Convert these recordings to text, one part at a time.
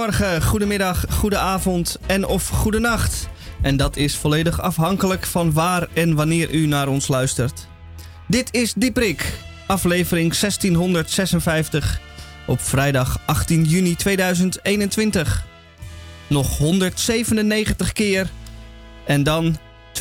Goedemorgen, goedemiddag, goedenavond en of goedenacht. En dat is volledig afhankelijk van waar en wanneer u naar ons luistert. Dit is Dieprik, aflevering 1656 op vrijdag 18 juni 2021. Nog 197 keer en dan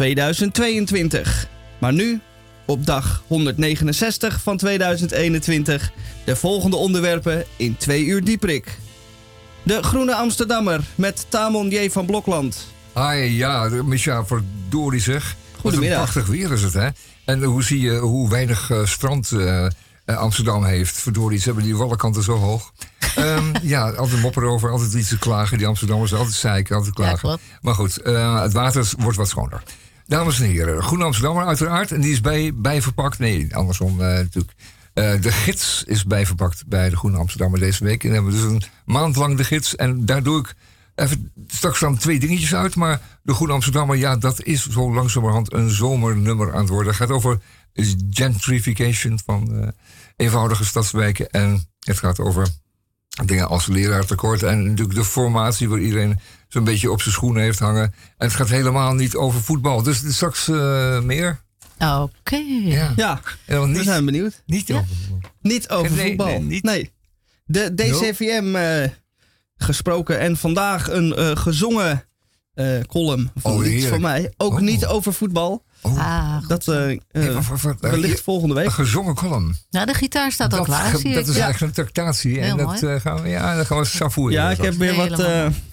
2022. Maar nu, op dag 169 van 2021, de volgende onderwerpen in 2 uur Dieprik. De Groene Amsterdammer met Tamon J. van Blokland. Ja, Micha, verdorie zeg. Goedemiddag. Wat een prachtig weer is het, hè? En hoe zie je hoe weinig strand Amsterdam heeft? Verdorie, ze hebben die wallenkanten zo hoog. Ja, altijd mopperen over, altijd iets te klagen. Die Amsterdammers altijd zeiken, altijd klagen. Ja, maar goed, het water wordt wat schoner. Dames en heren, Groene Amsterdammer uiteraard. En die is bijverpakt. Nee, andersom natuurlijk. De gids is bijverpakt bij de Groene Amsterdammer deze week. En dan hebben we dus een maand lang de gids. En daar doe ik even straks dan 2 dingetjes uit. Maar de Groene Amsterdammer, ja, dat is zo langzamerhand een zomernummer aan het worden. Het gaat over gentrification van eenvoudige stadswijken. En het gaat over dingen als leraartekort. En natuurlijk de formatie waar iedereen zo'n beetje op zijn schoenen heeft hangen. En het gaat helemaal niet over voetbal. Dus straks meer. Oké. Ja, we zijn benieuwd. Niet over voetbal. Niet over voetbal. Nee. De DCVM gesproken en vandaag een gezongen column van iets van mij. Ook niet over voetbal. Dat wellicht volgende week. Een gezongen column. Nou, de gitaar staat al klaar. Dat is eigenlijk een tractatie. Heel en mooi. dat gaan we savoeren. Ja, ik heb weer wat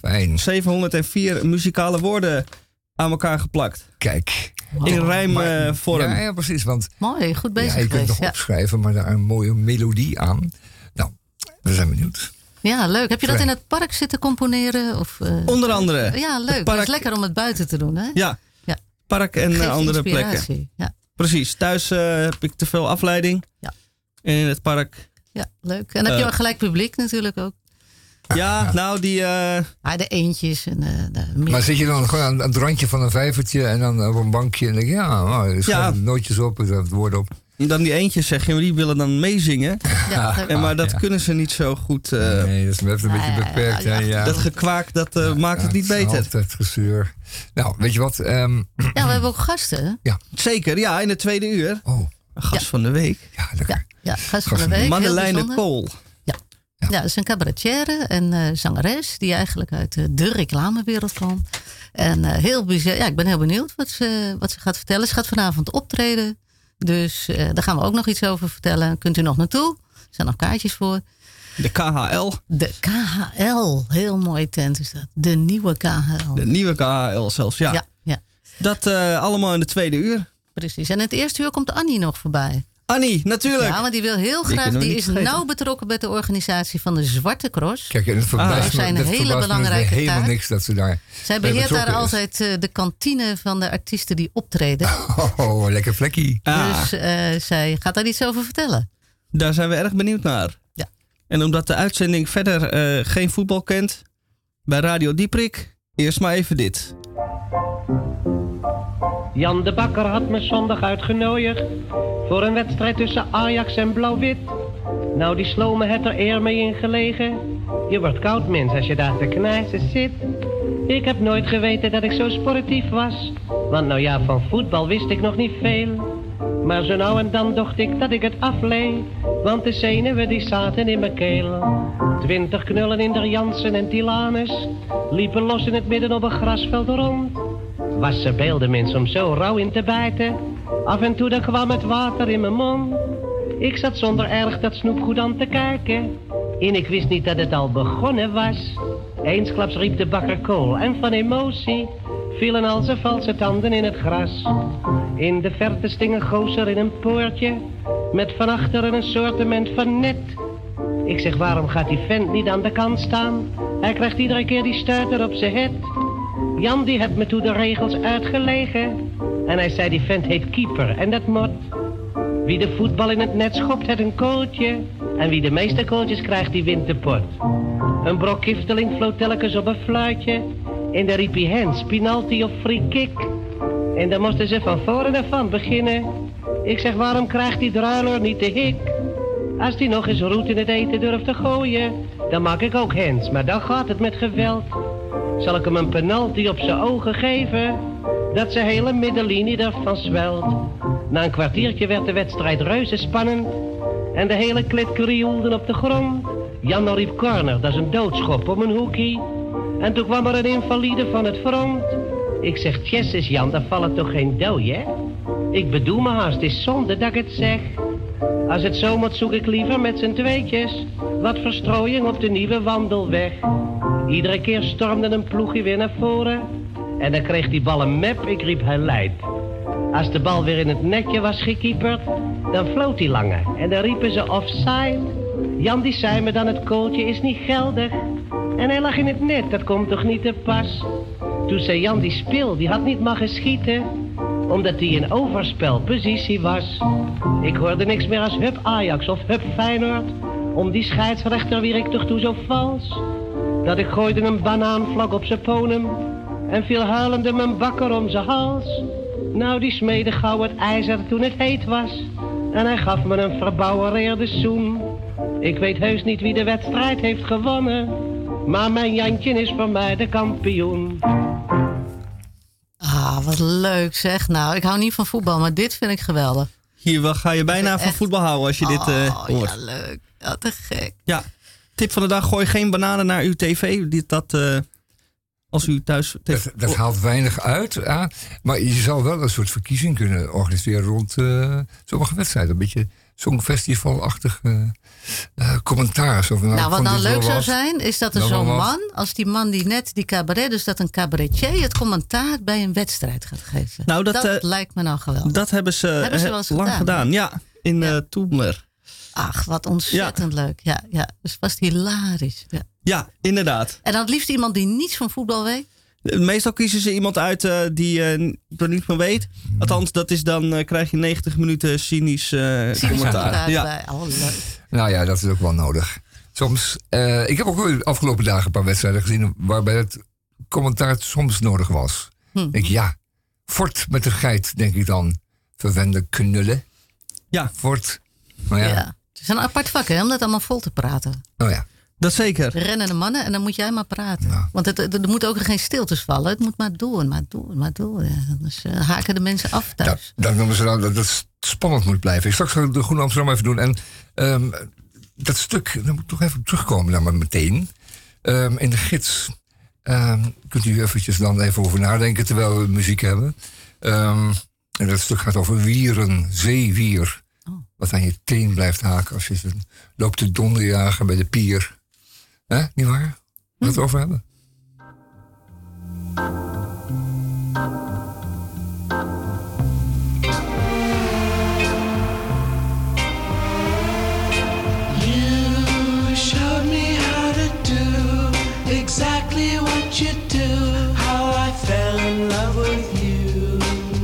704 muzikale woorden aan elkaar geplakt. Kijk. In rijmvorm. Ja, precies. Want mooi, goed bezig je kunt geweest. nog opschrijven, maar daar een mooie melodie aan. Nou, we zijn benieuwd. Ja, leuk. Heb je dat in het park zitten componeren? Of, onder andere. Ja, leuk. Het is lekker om het buiten te doen, hè? Ja. Park en andere inspiratie. plekken. Ja. Precies. Thuis heb ik te veel afleiding. Ja. En in het park. Ja, leuk. En heb je ook gelijk publiek natuurlijk ook. Ja, nou die... de eentjes en de maar zit je dan gewoon aan het randje van een vijvertje en dan op een bankje en denk je, er schrijven nootjes op, er woorden op. Dan die eentjes, zeg je, maar die willen dan meezingen. Maar dat kunnen ze niet zo goed. Nee, dat is even een beetje beperkt. Ja. Dat gekwaak, dat maakt het niet beter. Altijd gezeur. Nou, weet je wat? Ja, we hebben ook gasten. Ja. Zeker, ja, in het 2e uur. Oh. Een gast van de week. Ja, lekker. Ja, gast van de week. Madeleine Kool. Ja, dat is een cabaretière en zangeres die eigenlijk uit de reclamewereld komt. En heel bijzonder. Ja, ik ben heel benieuwd wat ze gaat vertellen. Ze gaat vanavond optreden. Dus daar gaan we ook nog iets over vertellen. Kunt u nog naartoe? Er zijn nog kaartjes voor. De KHL. De KHL. Heel mooie tent is dat. De nieuwe KHL. De nieuwe KHL zelfs, ja. Dat allemaal in de 2e uur. Precies. En in het 1e uur komt Annie nog voorbij. Annie, natuurlijk. Ja, want die wil heel graag. Die is nauw betrokken bij de organisatie van de Zwarte Cross. Kijk, en het verbaast me helemaal niks dat ze daar. Zij beheert daar altijd de kantine van de artiesten die optreden. Oh, lekker vlekkie. Dus zij gaat daar iets over vertellen. Daar zijn we erg benieuwd naar. Ja. En omdat de uitzending verder geen voetbal kent, bij Radio Dieprik, eerst maar even dit. Jan de Bakker had me zondag uitgenodigd voor een wedstrijd tussen Ajax en Blauw-Wit. Nou, die slomen het er eer mee in gelegen. Je wordt koud, mens, als je daar te knijzen zit. Ik heb nooit geweten dat ik zo sportief was. Want nou ja, van voetbal wist ik nog niet veel. Maar zo nou en dan dacht ik dat ik het afleed. Want de zenuwen die zaten in mijn keel. 20 knullen in der Jansen en Tilanus liepen los in het midden op een grasveld rond. Was ze beelden mens om zo rauw in te bijten. Af en toe dan kwam het water in mijn mond. Ik zat zonder erg dat snoepgoed aan te kijken. En ik wist niet dat het al begonnen was. Eensklaps riep de Bakker Kool en van emotie vielen al zijn valse tanden in het gras. In de verte sting een gozer in een poortje met van achteren een soortement van net. Ik zeg, waarom gaat die vent niet aan de kant staan? Hij krijgt iedere keer die stuiter op zijn het. Jan die heeft me toen de regels uitgelegen. En hij zei, die vent heet keeper en dat mot. Wie de voetbal in het net schopt, heeft een kooltje. En wie de meeste kooltjes krijgt, die wint de pot. Een brok kifteling floot telkens op een fluitje. En daar riep hij hands, penalty of free kick. En dan moesten ze van voren en van beginnen. Ik zeg, waarom krijgt die druiler niet de hik? Als die nog eens roet in het eten durft te gooien, dan maak ik ook hands, maar dan gaat het met geweld. Zal ik hem een penalty op zijn ogen geven, dat zijn hele middenlinie ervan zwelt. Na een kwartiertje werd de wedstrijd reuze spannend en de hele klit krioelde op de grond. Jan riep corner, dat is een doodschop om een hoekie. En toen kwam er een invalide van het front. Ik zeg, Jesses Jan, daar vallen toch geen dooi, hè? Ik bedoel me haast, het is zonde dat ik het zeg. Als het zo moet, zoek ik liever met z'n tweetjes wat verstrooiing op de nieuwe wandelweg. Iedere keer stormde een ploegje weer naar voren en dan kreeg die bal een mep, ik riep hij leidt. Als de bal weer in het netje was gekieperd, dan floot die lange en dan riepen ze offside. Jan die zei me dan, het kooltje is niet geldig en hij lag in het net, dat komt toch niet te pas. Toen zei Jan, die spil, die had niet mogen schieten, omdat hij in overspelpositie was. Ik hoorde niks meer als hup Ajax of hup Feyenoord. Om die scheidsrechter wier ik toch toe zo vals, dat ik gooide een banaanvlak op zijn ponum en viel huilende mijn bakker om zijn hals. Nou, die smeedde gauw het ijzer toen het heet was en hij gaf me een verbouwereerde zoen. Ik weet heus niet wie de wedstrijd heeft gewonnen, maar mijn Jantje is voor mij de kampioen. Ah, wat leuk zeg. Nou, ik hou niet van voetbal, maar dit vind ik geweldig. Hier ga je bijna van voetbal houden als je dit hoort. Ja, leuk. Ja, te gek. Ja, tip van de dag, gooi geen bananen naar uw tv. Als u thuis... Dat haalt weinig uit. Ja, maar je zou wel een soort verkiezing kunnen organiseren rond sommige wedstrijden. Een beetje songfestivalachtig commentaar. Nou, wat nou leuk zou zijn, is dat er zo'n man, als die man die net die cabaret, dus dat een cabaretier het commentaar bij een wedstrijd gaat geven. Nou, dat lijkt me nou geweldig. Dat hebben ze wel eens lang gedaan. Ja, in Toemler. Ach, wat ontzettend leuk. Ja, dus vast hilarisch. Ja, inderdaad. En dan het liefst iemand die niets van voetbal weet. Meestal kiezen ze iemand uit die er niet van weet. Althans, dat is dan krijg je 90 minuten cynisch commentaar. Ja. Oh, leuk. Nou ja, dat is ook wel nodig. Soms, ik heb ook de afgelopen dagen een paar wedstrijden gezien waarbij het commentaar soms nodig was. Denk ik, Fort met de geit, denk ik dan. Verwende knullen. Ja. Fort. Maar ja. Het is een apart vak, hè, om dat allemaal vol te praten. Oh ja. Dat zeker. Rennende mannen en dan moet jij maar praten. Ja. Want er moet ook geen stiltes vallen. Het moet maar door. Ja, anders haken de mensen af thuis. Dat noemen ze dan dat het spannend moet blijven. Ik straks ga de Groene Amsterdam even doen. En dat stuk, daar moet ik toch even terugkomen dan maar meteen. In de gids kunt u eventjes dan even over nadenken terwijl we muziek hebben. En dat stuk gaat over wieren, zeewier. Wat aan je teen blijft haken als je loopt te donderjagen bij de pier. Niet waar? We het over hebben. You showed me how to do exactly what you do. How I fell in love with you.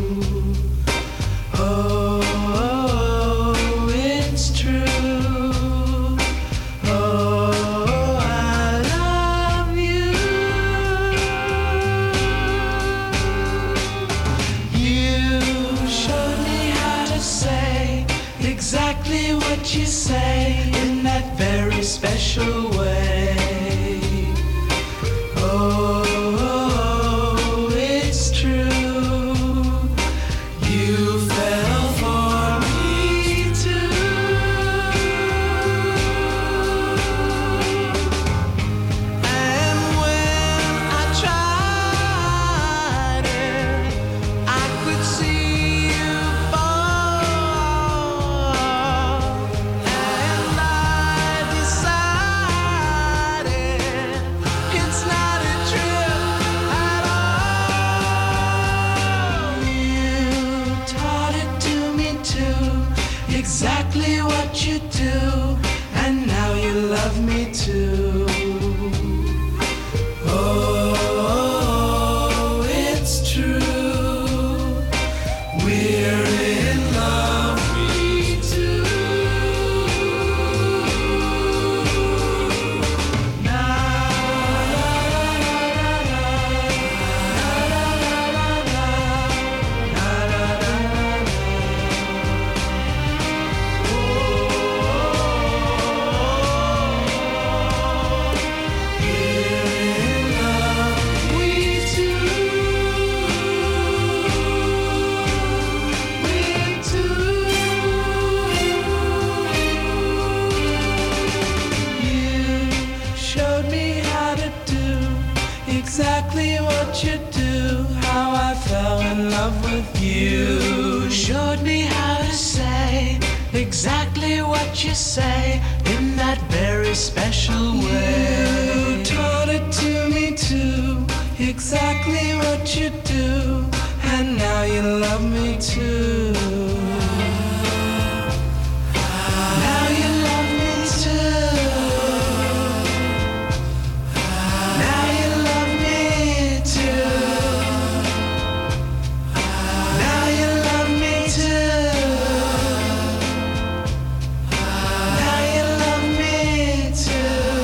Oh. You say in that very special way. Oh, it's true. You fell for me too. And when I tried it, I could see you fall. Exactly what you do, and now you love me too. Oh, it's true. We're in love, me too. love with you. Showed me how to say exactly what you say in that very special way. You taught it to me too, exactly what you do, and now you love me too. Now you love me too. Now you love me too. Now you love me too. Now you love me too.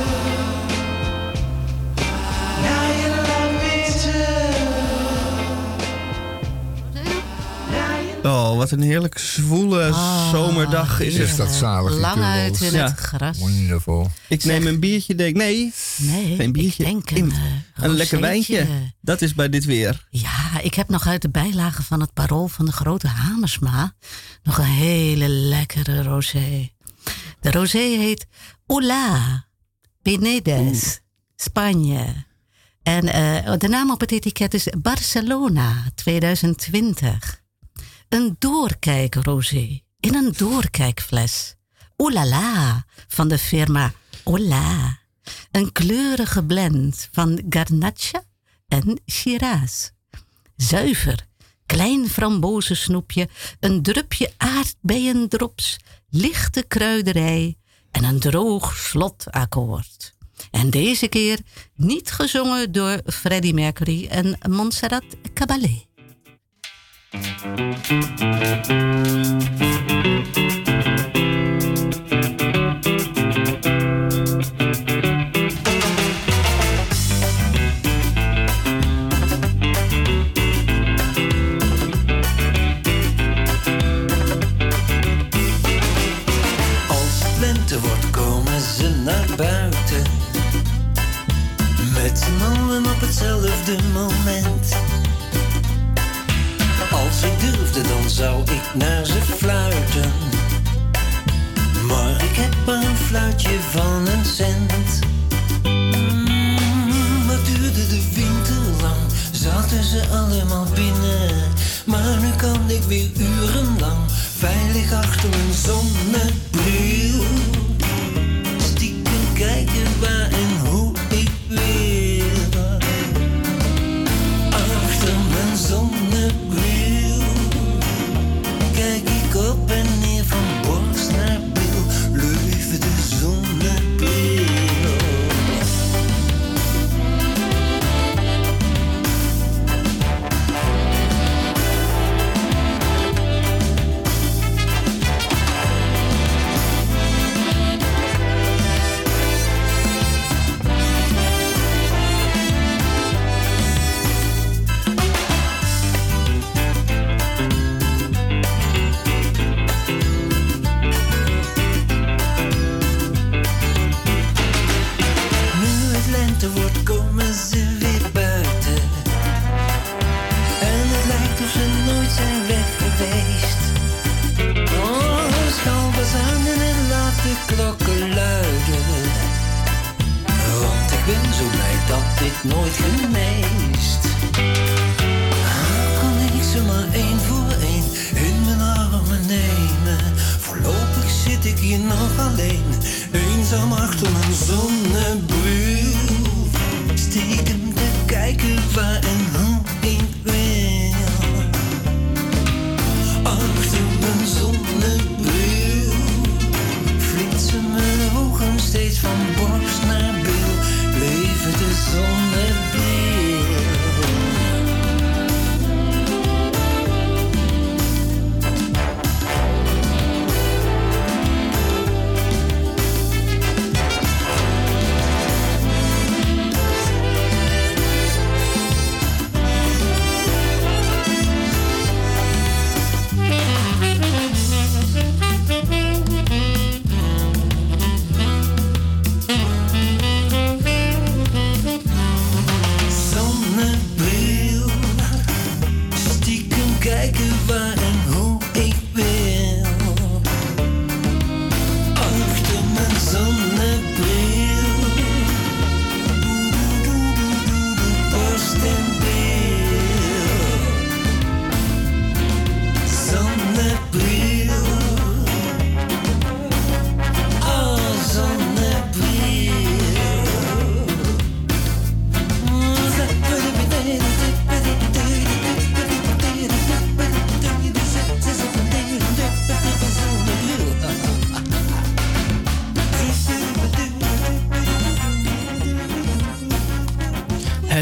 Now you love me too. Oh, wat een heerlijk zwoele zomerdag is het. Is dat zalig? die Lang uit tunnels. in Ja. het gras. Wonderful. Ik neem een biertje, denk nee, Nee, geen biertje. ik denk een lekker rozeetje. wijntje. Dat is bij dit weer. Ja, ik heb nog uit de bijlage van het Parool van de Grote Hamersma nog een hele lekkere rosé. De rosé heet Hola Pinedes, Spanje. En de naam op het etiket is Barcelona 2020. Een doorkijkrosé in een doorkijkfles. Oelala van de firma Hola. Een kleurige blend van Garnacha en Shiraz. Zuiver, klein frambozensnoepje, een drupje aardbeiendrops, lichte kruiderij en een droog slotakkoord. En deze keer niet gezongen door Freddie Mercury en Montserrat Caballé. Als het lente wordt komen ze naar buiten, met z'n allen op hetzelfde moment. Als ik durfde dan zou ik naar ze fluiten, maar ik heb maar een fluitje van een cent. Wat duurde de winter lang, zaten ze allemaal binnen, maar nu kan ik weer urenlang veilig achter een zonnebril stiekem kijken waar en hoe ik wil. Achter mijn zonnebril kijk ik op en neer van borst naar bil, lieve de zonnebril. Wordt komen ze weer buiten, en het lijkt of ze nooit zijn weg geweest. Oh, schalbazuinen en laat de klokken luiden, want ik ben zo blij dat dit nooit geneest. Kan ik ze maar één voor één in mijn armen nemen? Voorlopig zit ik hier nog alleen, eenzaam achter mijn zonnebril, stiekem te kijken waar en hoe ik wil. Achter mijn zonnebril flitsen mijn ogen steeds van borst naar bil, leven de zonnebril.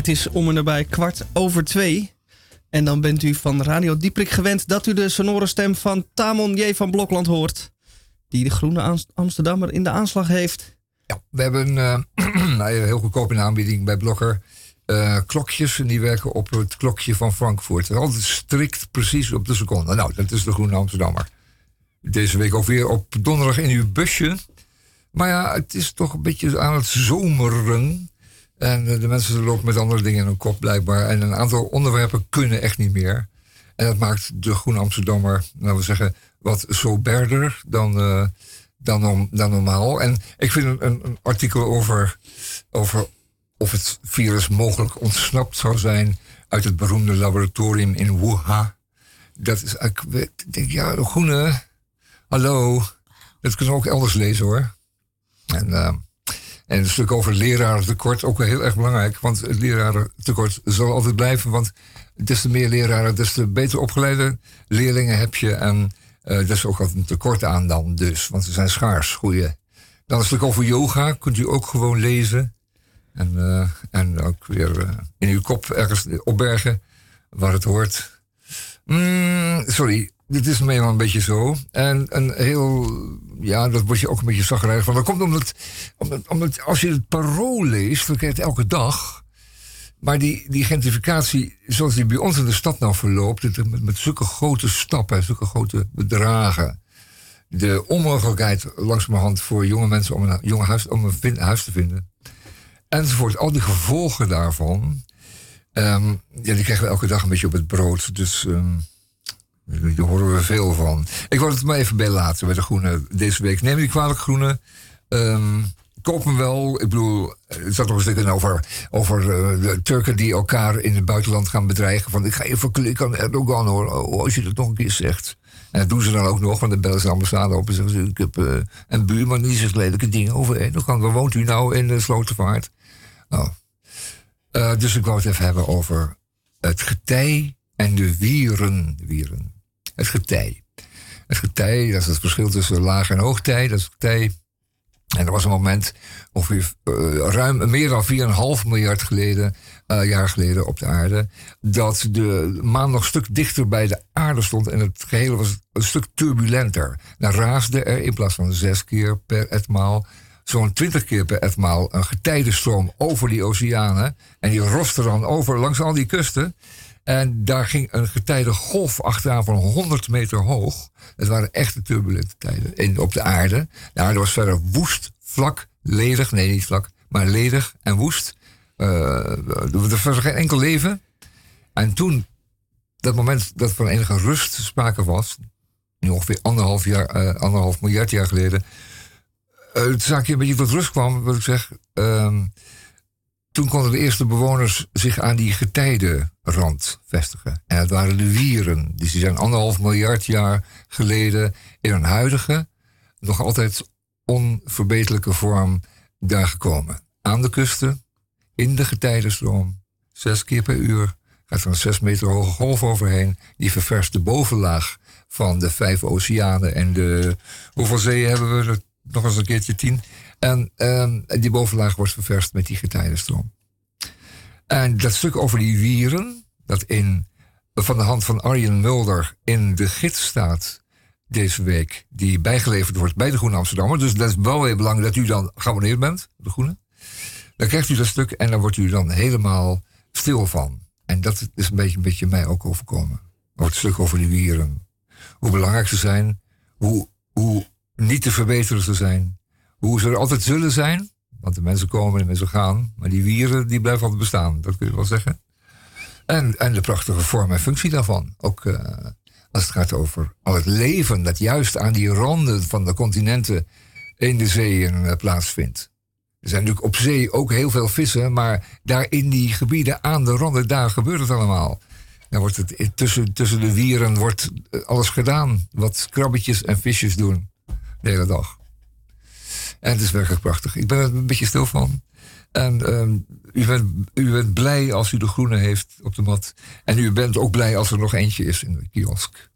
Het is om en nabij 2:15. En dan bent u van Radio Dieprik gewend dat u de sonore stem van Tamon J. van Blokland hoort. Die de Groene Amsterdammer in de aanslag heeft. Ja, we hebben heel goedkoop in de aanbieding bij Blokker. Klokjes en die werken op het klokje van Frankfurt. Altijd strikt precies op de seconde. Nou, dat is de Groene Amsterdammer. Deze week ook weer op donderdag in uw busje. Maar ja, het is toch een beetje aan het zomeren. En de mensen lopen met andere dingen in hun kop blijkbaar. En een aantal onderwerpen kunnen echt niet meer. En dat maakt de Groene Amsterdammer, laten we zeggen, wat soberder dan normaal. En ik vind een artikel over of het virus mogelijk ontsnapt zou zijn uit het beroemde laboratorium in Wuhan. Dat is, ik denk, ja, de Groene, hallo, dat kunnen we ook elders lezen hoor. En een stuk over lerarentekort, ook wel heel erg belangrijk. Want het lerarentekort zal altijd blijven. Want des te meer leraren, des te beter opgeleide leerlingen heb je. En dat is ook altijd een tekort aan dan dus. Want ze zijn schaars, goeie. Dan een stuk over yoga, kunt u ook gewoon lezen. En ook weer in uw kop ergens opbergen waar het hoort. Sorry, dit is meestal een beetje zo. En een heel, ja, dat word je ook een beetje zagrijnig van. Dat komt omdat als je het Parool leest, dan krijg je het elke dag. Maar die gentrificatie, zoals die bij ons in de stad nou verloopt, met zulke grote stappen, zulke grote bedragen. De onmogelijkheid langzamerhand voor jonge mensen om een huis te vinden. Enzovoort, al die gevolgen daarvan. Die krijgen we elke dag een beetje op het brood. Dus daar horen we veel van. Ik wou het maar even bij laten bij de Groene deze week. Neem niet kwalijk, Groene. Koop hem wel. Ik bedoel, er zat nog een stuk in over de Turken die elkaar in het buitenland gaan bedreigen. Van, ik ga even klikken aan Erdogan hoor. Oh, als je dat nog een keer zegt. En dat doen ze dan ook nog, want dan bellen ze de ambassade op en zeggen ze, ik heb een buurman die zegt lelijke dingen over Erdogan. Waar woont u nou in de Slotervaart? Oh. Dus ik wou het even hebben over het getij en de wieren. Het getij. Het getij, dat is het verschil tussen laag- en hoogtij. Dat is het getij. En er was een moment, ongeveer ruim meer dan 4,5 miljard jaar geleden op de aarde, dat de maan nog een stuk dichter bij de aarde stond en het gehele was een stuk turbulenter. Dan raasde er in plaats van 6 keer per etmaal zo'n 20 keer per etmaal een getijdenstroom over die oceanen. En die roste dan over langs al die kusten. En daar ging een getijdengolf achteraan van 100 meter hoog. Het waren echte turbulente tijden op de aarde. De aarde was verder woest, vlak, ledig. Nee, niet vlak, maar ledig en woest. Er was geen enkel leven. En toen, dat moment dat van enige rust sprake was, nu ongeveer 1,5 miljard jaar geleden, het zaakje een beetje tot rust kwam, wat ik zeg. Toen konden de eerste bewoners zich aan die getijdenrand vestigen. En het waren de wieren. Dus die zijn 1,5 miljard jaar geleden in een huidige, nog altijd onverbeterlijke vorm daar gekomen. Aan de kusten, in de getijdenstroom, 6 keer per uur, gaat er een 6 meter hoge golf overheen. Die ververst de bovenlaag van de 5 oceanen en de, hoeveel zeeën hebben we? Nog eens een keertje 10. En die bovenlaag wordt ververst met die getijdenstroom. En dat stuk over die wieren, dat van de hand van Arjen Mulder in de gids staat deze week, die bijgeleverd wordt bij de Groene Amsterdammer. Dus dat is wel heel belangrijk dat u dan geabonneerd bent, de Groene. Dan krijgt u dat stuk en dan wordt u dan helemaal stil van. En dat is een beetje mij ook overkomen. Het stuk over die wieren. Hoe belangrijk ze zijn, hoe niet te verbeteren ze zijn. Hoe ze er altijd zullen zijn. Want de mensen komen en de mensen gaan. Maar die wieren die blijven altijd bestaan. Dat kun je wel zeggen. En de prachtige vorm en functie daarvan. Ook als het gaat over al het leven dat juist aan die randen van de continenten in de zeeën plaatsvindt. Er zijn natuurlijk op zee ook heel veel vissen. Maar daar in die gebieden aan de randen, daar gebeurt het allemaal. Dan wordt het tussen de wieren wordt alles gedaan. Wat krabbetjes en visjes doen. De hele dag. En het is werkelijk prachtig. Ik ben er een beetje stil van. En u bent blij als u de Groene heeft op de mat. En u bent ook blij als er nog eentje is in de kiosk.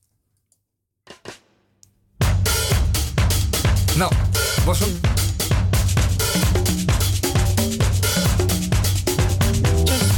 Nou, was hem. Just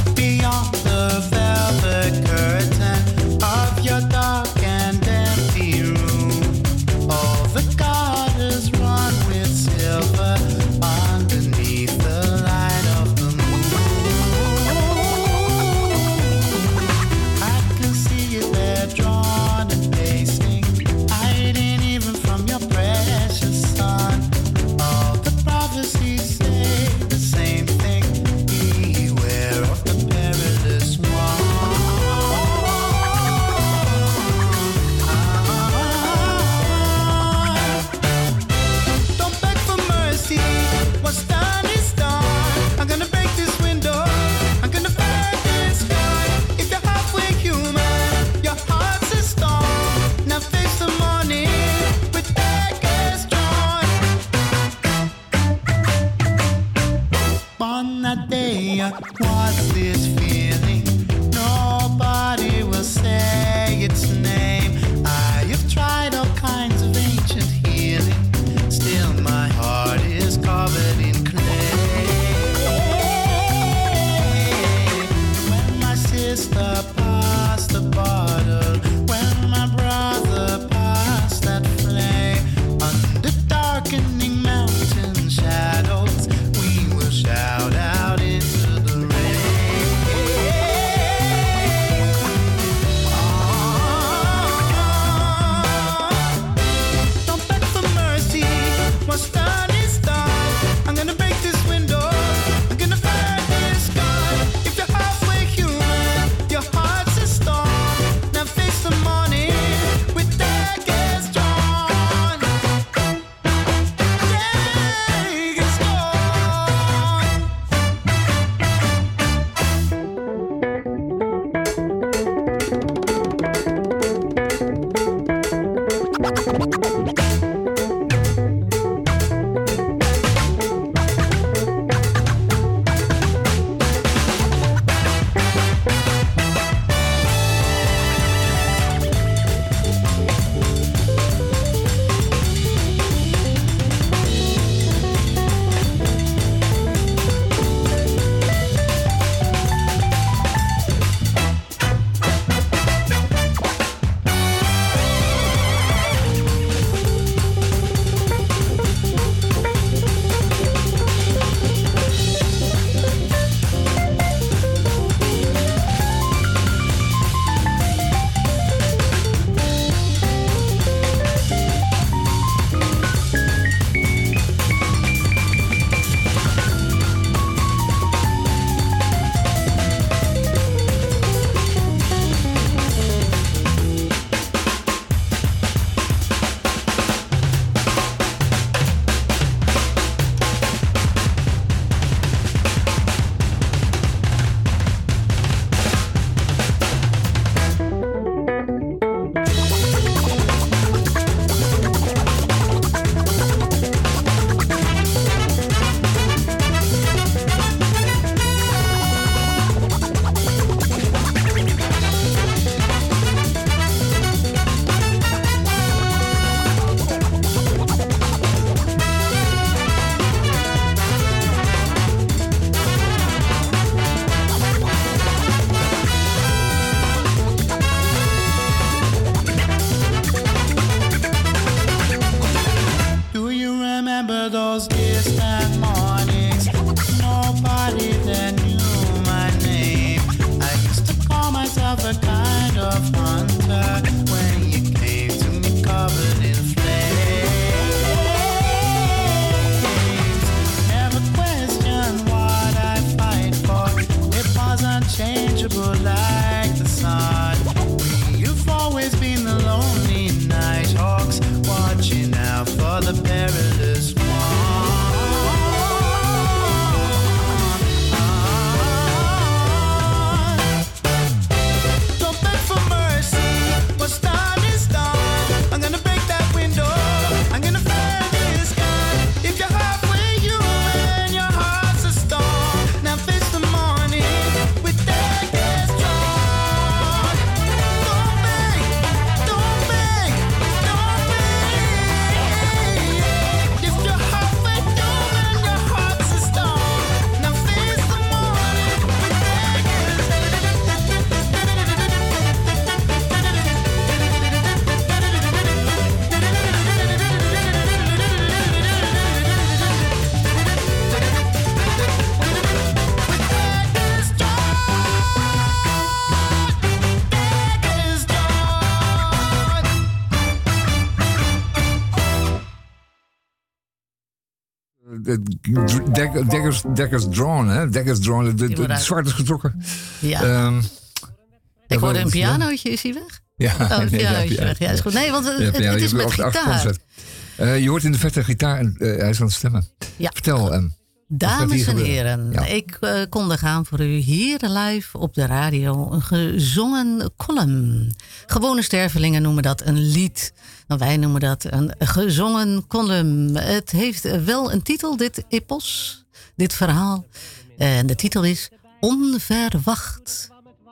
Deckers Drawn, hè? Deckers Drawn, de zwart is getrokken. Ja. Ik hoorde een pianootje, is hij weg? Ja, een pianootje weg. Ja, is goed. Nee, want het is met gitaar. Je hoort in de verte gitaar en hij is aan het stemmen. Ja. Vertel, dames en heren, ja. ik kondig aan voor u hier live op de radio een gezongen column. Gewone stervelingen noemen dat een lied. En wij noemen dat een gezongen column. Het heeft wel een titel, dit epos, dit verhaal. En de titel is Onverwacht.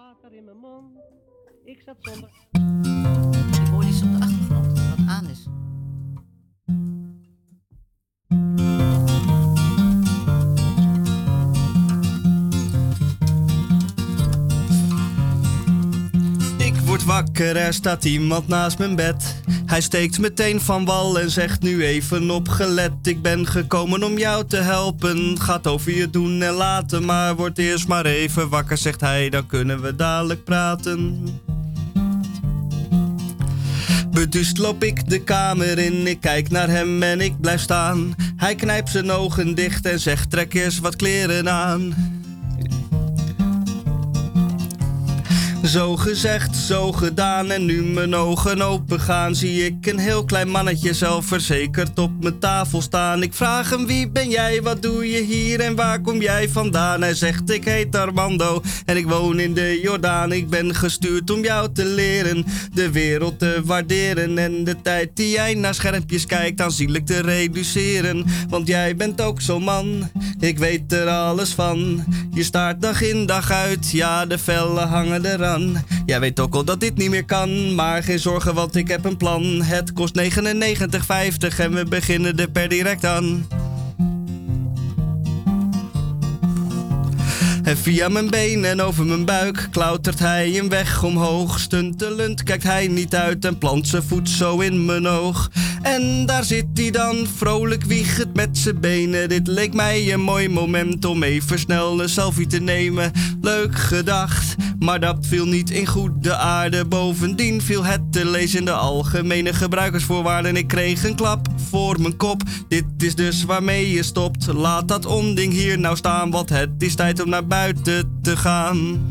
Ik hoor iets op de achtergrond wat aan is. Ik word wakker, er staat iemand naast mijn bed. Hij steekt meteen van wal en zegt nu even opgelet. Ik ben gekomen om jou te helpen. Gaat over je doen en laten, maar word eerst maar even wakker, zegt hij. Dan kunnen we dadelijk praten. Beduust loop ik de kamer in, ik kijk naar hem en ik blijf staan. Hij knijpt zijn ogen dicht en zegt trek eerst wat kleren aan. Zo gezegd, zo gedaan en nu mijn ogen open gaan, zie ik een heel klein mannetje zelfverzekerd op mijn tafel staan. Ik vraag hem wie ben jij, wat doe je hier en waar kom jij vandaan? Hij zegt ik heet Armando en ik woon in de Jordaan. Ik ben gestuurd om jou te leren, de wereld te waarderen en de tijd die jij naar schermpjes kijkt aanzienlijk te reduceren. Want jij bent ook zo'n man, ik weet er alles van. Je staart dag in dag uit, ja de vellen hangen eraan. Jij weet ook al dat dit niet meer kan, maar geen zorgen want ik heb een plan. Het kost 99,50 en we beginnen er per direct aan. En via mijn been en over mijn buik klautert hij een weg omhoog. Stuntelend kijkt hij niet uit en plant zijn voet zo in mijn oog. En daar zit hij dan, vrolijk wiegend met zijn benen. Dit leek mij een mooi moment om even snel een selfie te nemen. Leuk gedacht, maar dat viel niet in goede aarde. Bovendien viel het te lezen in de algemene gebruikersvoorwaarden. Ik kreeg een klap voor mijn kop, dit is dus waarmee je stopt. Laat dat onding hier nou staan, want het is tijd om naar buiten te gaan.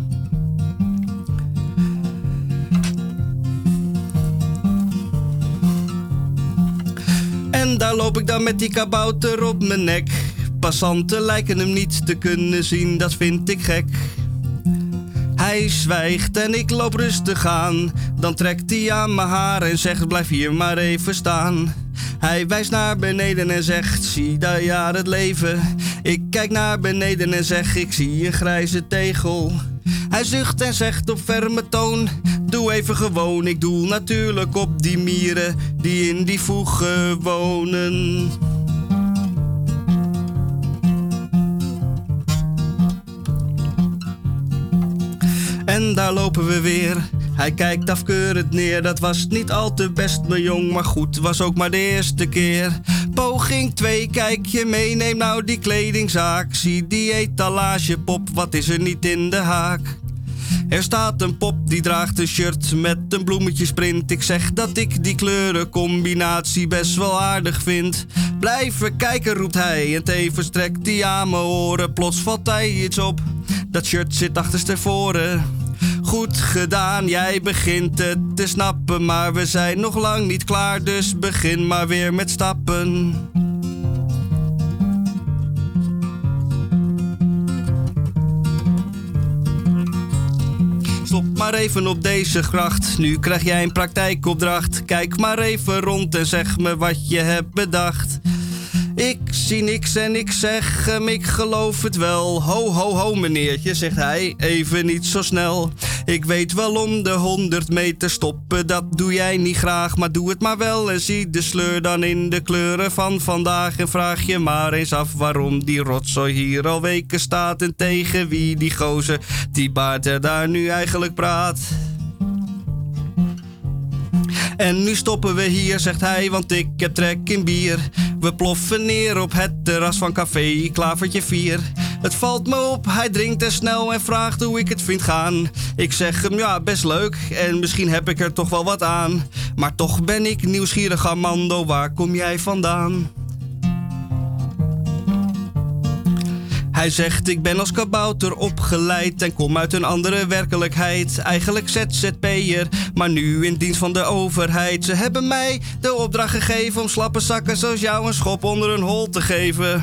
En daar loop ik dan met die kabouter op mijn nek. Passanten lijken hem niet te kunnen zien, dat vind ik gek. Hij zwijgt en ik loop rustig aan. Dan trekt hij aan mijn haar en zegt blijf hier maar even staan. Hij wijst naar beneden en zegt zie daar ja het leven. Ik kijk naar beneden en zeg ik zie een grijze tegel. Hij zucht en zegt op ferme toon doe even gewoon. Ik doel natuurlijk op die mieren die in die voegen wonen. En daar lopen we weer. Hij kijkt afkeurend neer. Dat was niet al te best, mijn jong. Maar goed, was ook maar de eerste keer. Poging 2, kijk je mee. Neem nou die kledingzaak. Zie die etalagepop. Wat is er niet in de haak? Er staat een pop die draagt een shirt met een bloemetjesprint. Ik zeg dat ik die kleurencombinatie best wel aardig vind. Blijven kijken, roept hij en tevens trekt hij aan mijn oren. Plots valt hij iets op, dat shirt zit achterstevoren. Goed gedaan, jij begint het te snappen. Maar we zijn nog lang niet klaar, dus begin maar weer met stappen. Stop maar even op deze gracht, nu krijg jij een praktijkopdracht. Kijk maar even rond en zeg me wat je hebt bedacht. Ik zie niks en ik zeg hem, ik geloof het wel. Ho, ho, ho, meneertje, zegt hij, even niet zo snel. Ik weet wel om de 100 meter stoppen, dat doe jij niet graag. Maar doe het maar wel en zie de sleur dan in de kleuren van vandaag. En vraag je maar eens af waarom die rotzooi hier al weken staat. En tegen wie die gozer, die baard er daar nu eigenlijk praat. En nu stoppen we hier, zegt hij, want ik heb trek in bier. We ploffen neer op het terras van café Klavertje 4. Het valt me op, hij drinkt er snel en vraagt hoe ik het vind gaan. Ik zeg hem, ja, best leuk en misschien heb ik er toch wel wat aan. Maar toch ben ik nieuwsgierig, Armando, waar kom jij vandaan? Hij zegt ik ben als kabouter opgeleid en kom uit een andere werkelijkheid. Eigenlijk ZZP'er, maar nu in dienst van de overheid. Ze hebben mij de opdracht gegeven om slappe zakken zoals jou een schop onder een hol te geven.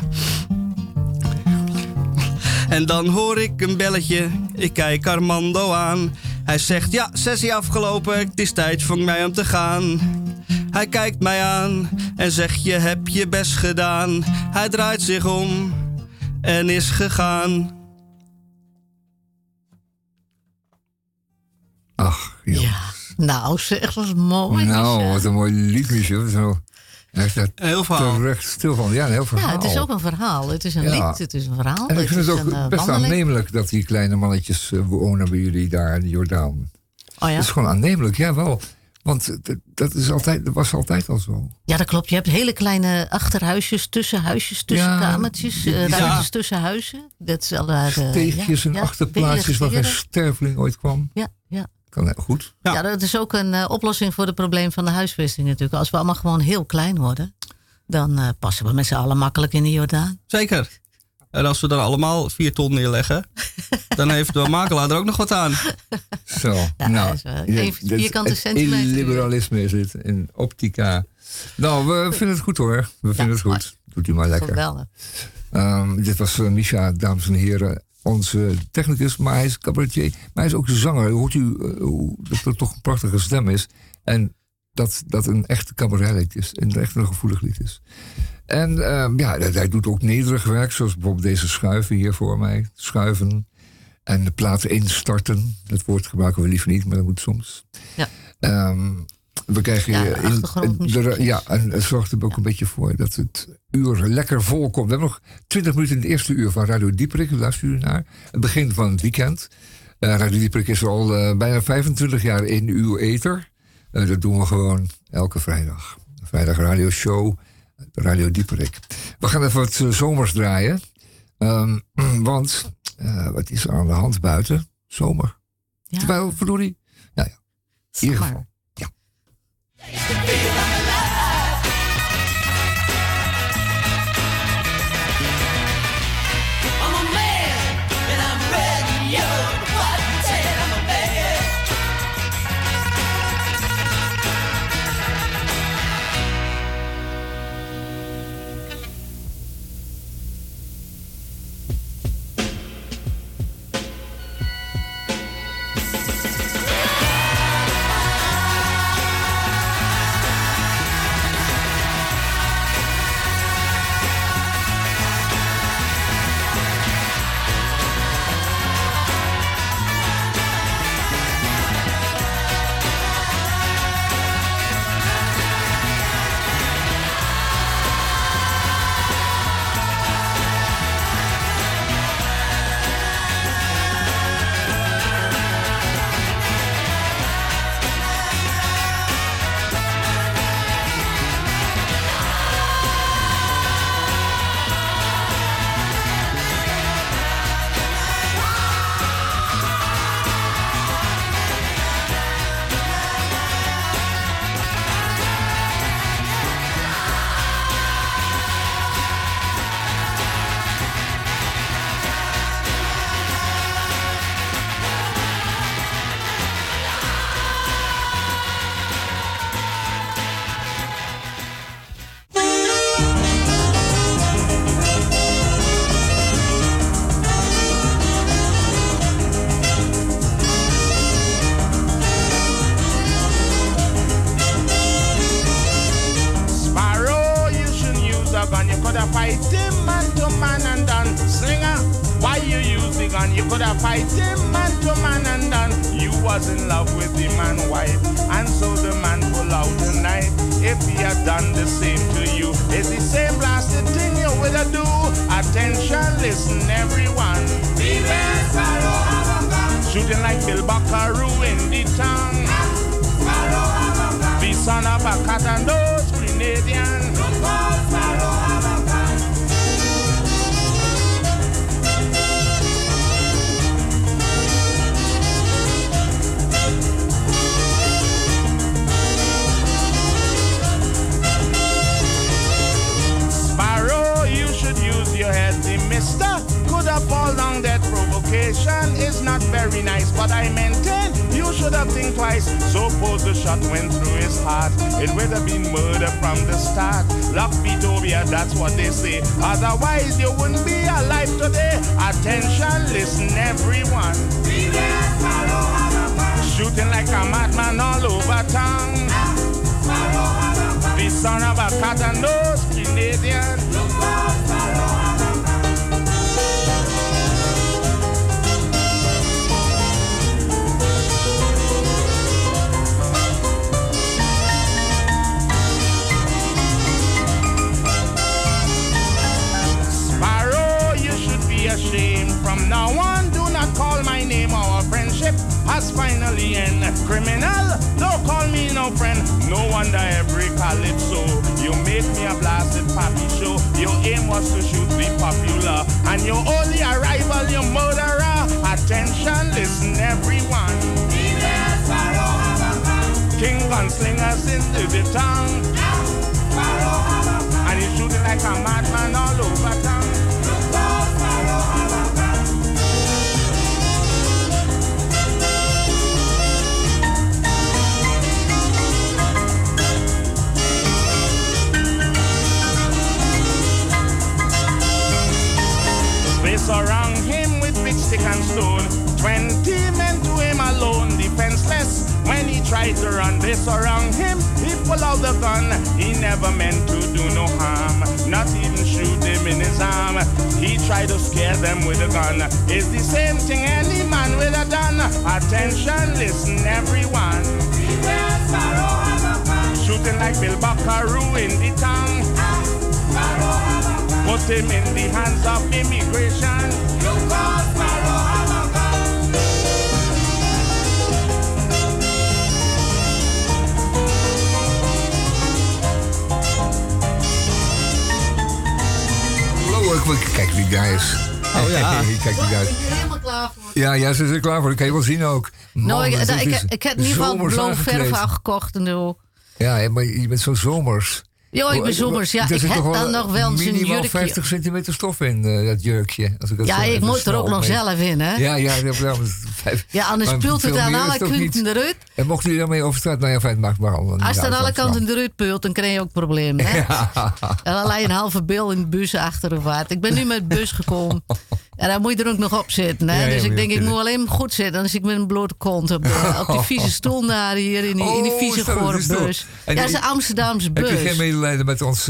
En dan hoor ik een belletje, ik kijk Armando aan. Hij zegt ja, sessie afgelopen, het is tijd voor mij om te gaan. Hij kijkt mij aan en zegt je hebt je best gedaan. Hij draait zich om en is gegaan. Ach, joh. Ja, nou zeg, wat mooi. Nou, Michel. wat een mooi lied, Michel. Zo. Echt Een heel verhaal. terecht stil van. Ja, een heel verhaal. Ja, het is ook een verhaal. Het is een Ja. lied, het is een verhaal. En ik vind het is ook een, best wandeling. aannemelijk dat die kleine mannetjes wonen bij jullie daar in de Jordaan. Oh ja? Dat is gewoon aannemelijk, ja wel. Want dat was altijd al zo. Ja, dat klopt. Je hebt hele kleine achterhuisjes, tussenhuisjes, tussenkamertjes, ruimtes tussen huizen. Dat is al daar, Steegjes en achterplaatsjes waar geen vele sterveling ooit kwam. Ja, ja. Kan heel goed. Ja. Ja, dat is ook een oplossing voor het probleem van de huisvesting natuurlijk. Als we allemaal gewoon heel klein worden, dan passen we met z'n allen makkelijk in de Jordaan. Zeker. En als we dan allemaal 4 ton neerleggen, dan heeft de makelaar er ook nog wat aan. Zo, Ja, nou. dat is wel even vierkante het centimeter. illiberalisme is het, in optica. Nou, we vinden het goed hoor. We vinden het goed. Doet u maar lekker. Geweldig. Dit was Misha, dames en heren. Onze technicus, maar hij is cabaretier. Maar hij is ook zanger. Hoort u dat het toch een prachtige stem is. En dat een echte cabaretlied is. En echt een gevoelig lied is. En ja, hij doet ook nederig werk. Zoals bijvoorbeeld deze schuiven hier voor mij. Schuiven. En de platen instarten. Dat woord gebruiken we liever niet, maar dat moet soms. Ja. We krijgen Ja, hier achtergrondmuziek. ja, en het zorgt er ook een beetje voor dat het uur lekker vol komt. We hebben nog 20 minuten in het eerste uur van Radio Dieperik. Luistert u naar het begin van het weekend. Radio Dieperik is al bijna 25 jaar in uw ether. Dat doen we gewoon elke vrijdag. Vrijdag radioshow, Radio Dieperik. We gaan even wat zomers draaien. Want wat is er aan de hand buiten? Zomer. Ja. Terwijl, verdorie. Nou ja, in ieder Zomer. geval. Ja. I'm a man, and I'm red and yellow, white and tan. I'm a man. Sparrow, you shouldn't use a gun. You could have fight him man to man and done. Slinger, why you use the gun? You could have fight him man to man and done. You was in love with the man wife, and so the man pull out the knife. If he had done the same to you, it's the same blasted thing you would have do. Attention, listen everyone. Female Sparrow have a gun. Shooting like Bill Buckaroo in the town. Sparrow have a gun. The son of a cat and those Grenadian. Look out, Sparrow have a gun. Sparrow, you should use your head. The mister could what I maintain. You should have think twice. Suppose the shot went through his heart, it would have been murder from the start. Luck be Tobia, that's what they say. Otherwise you wouldn't be alive today. Attention, listen everyone. Shooting like a madman all over town. The son of a cat and nose Canadian. Sparrow, you should be ashamed. From now on, do not call my name. Our friendship has finally ended. Criminal, don't call me no friend. No wonder every calypso you make me a blasted poppy show. Your aim was to shoot the popular, and your only arrival, you murderer. Attention, listen everyone. King gunslingers into the town, and he's shooting like a madman all over town. They surround him with big stick and stone. 20 men to him alone, defenseless. When he tried to run, they surround him. He pull out the gun. He never meant to do no harm, not even shoot him in his arm. He tried to scare them with a gun. It's the same thing any man would have done. Attention, listen everyone. Shooting like Bill Buckaroo in the town. Put him in the hands of immigration. Kijk wie daar is. Oh ja. Kijk wie daar is. Ik ben er helemaal klaar voor. Ja, ze is er klaar voor. Dat kan je wel zien ook. Man, Ik het is heb in ieder geval zomers blauw verf aangekleed. afgekocht en zo. Ja, maar je bent zo zomers. Ja, ik ben zomers. Ja, Er ik zit heb toch dan nog wel eens een minimaal jurkje. 50 centimeter stof in dat jurkje. Als ik dat Ja, zo ik even moet er snel ook nog mee- zelf in, hè? Ja, Ja, anders pult het aan alle kanten eruit. En mocht u daarmee over straat, nou ja, fijn, maakt maar al. Als het aan alle kanten eruit pult, dan krijg je ook problemen, hè? En dan laat je een halve bil in de bus achter of wat. Ik ben nu met de bus gekomen. En dan moet je er ook nog op zitten, hè? Ja, Dus ik moet denk, je ik kunnen. moet alleen maar goed zitten. Anders ik met een blote kont op die vieze stoel daar hier in die vieze gore bus. En Ja, dat is een Amsterdamse bus. Heb je geen medelijden met ons,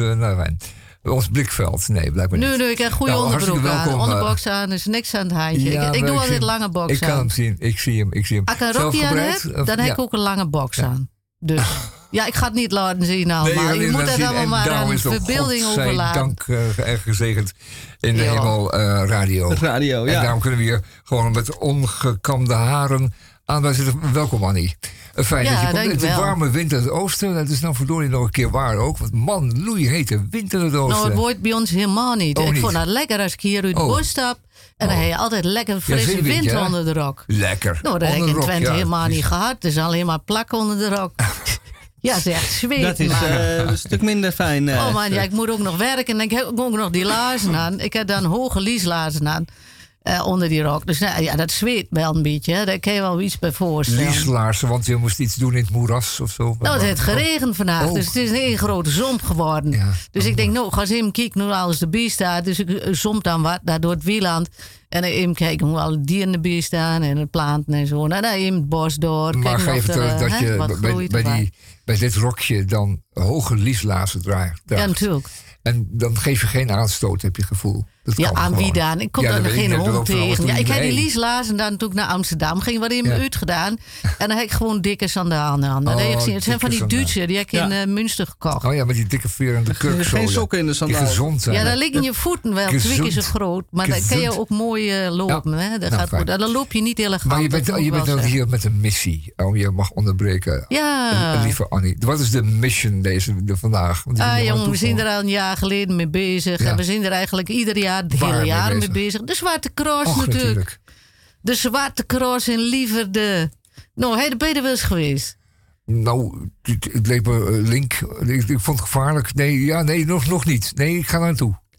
ons blikveld? Nee, blijkbaar niet. Nee, ik heb een goede Nou, onderbroek hartstikke aan. welkom, Onderbox aan, is niks aan het handje. Ja, ik maar doe zie altijd hem. lange box Ik kan aan. hem zien, ik zie hem. Als ik een rokje aan heb, Zelfgebreid? dan heb ik ook een lange box aan. Dus ja, ik ga het niet laten zien allemaal. Je moet het allemaal maar aan verbeelding overlaten. Dank erg gezegend in de Ja. hemel radio. Radio, En ja. daarom kunnen we hier gewoon met ongekamde haren aan wij zitten. Welkom Annie. Fijn Ja, dat je komt. dank Het is wel. warme wind in het oosten. Dat is nou verdorie nog een keer waar ook. Want man, loeihete wind in het oosten. Nou, het wordt bij ons helemaal niet. Oh, Ik niet. vond het lekker als ik hier uit de Oh. bos stap. En dan heb je altijd lekker frisse zeewind, wind ja. onder de rok. Lekker. Nou, dat heb ik Onder in de rok, Twente ja, helemaal precies. niet gehad. Het is alleen maar plak onder de rok. Ja, het is echt zweet, Dat is man. een stuk minder fijn. Oh man, ja, ik moet ook nog werken en ik heb ook nog die laarzen aan. Ik heb dan hoge lieslaarzen aan onder die rok. Dus nou, ja, dat zweet wel een beetje. Hè. Daar kan je wel iets bij voorstellen. Lieslaarzen, want je moest iets doen in het moeras of zo. Nou, het heeft geregend vandaag, Oh. dus het is een één grote zomp geworden. Ja. Dus ik denk, nou, ga eens even kijken hoe alles erbij staat. Dus ik zomp dan wat daar door het wieland. En dan even kijken hoe alle dieren erbij staan en de planten en zo. Nou, dan even het bos door. Maar kijken geef of het er, dat hè, je wat groeit of wat. bij dit rokje dan hoge lieslaarzen draagt. Ja, natuurlijk. En dan geef je geen aanstoot, heb je gevoel. Dat Ja, kan aan wie gewoon. dan? Ik kom Ja, dan dat weet geen ik, dat hond loopt van alles tegen. Ja, door ik heb die iedereen. lieslaarzen dan natuurlijk naar Amsterdam. Ging wat in mijn Ja. uit gedaan. En dan heb ik gewoon dikke sandalen aan. Dan Oh, heb ik gezien, het zijn van die dikke Duitse, die heb ik in Münster gekocht. Oh ja, met die dikke veer en de kurk. Geen zo, sokken in de Die sandalen. gezond zijn. Ja, dan liggen je voeten wel twee keer zo Gezond. groot. Maar dan kan je Gezond. ook mooi lopen. Ja. Hè? Dat Nou, gaat fijn. goed. En dan loop je niet elegant. Maar je dat bent, moet ik je wel bent ook zeggen. hier met een missie. Oh, je mag onderbreken. Ja. Lieve Annie. Wat is de mission vandaag? Want die Ah moet je jongen, we maar zijn toevoegen. er al een jaar geleden mee bezig. Ja. En we zijn er eigenlijk ieder jaar, het Waar hele mee jaar mee bezig? bezig. De Zwarte Cross Och, natuurlijk. De Zwarte Cross in Lieverde. Nou, hij ben je er wel eens geweest? Nou, het leek me link. Ik vond het gevaarlijk. Nee, nog niet. Nee, ik ga naartoe.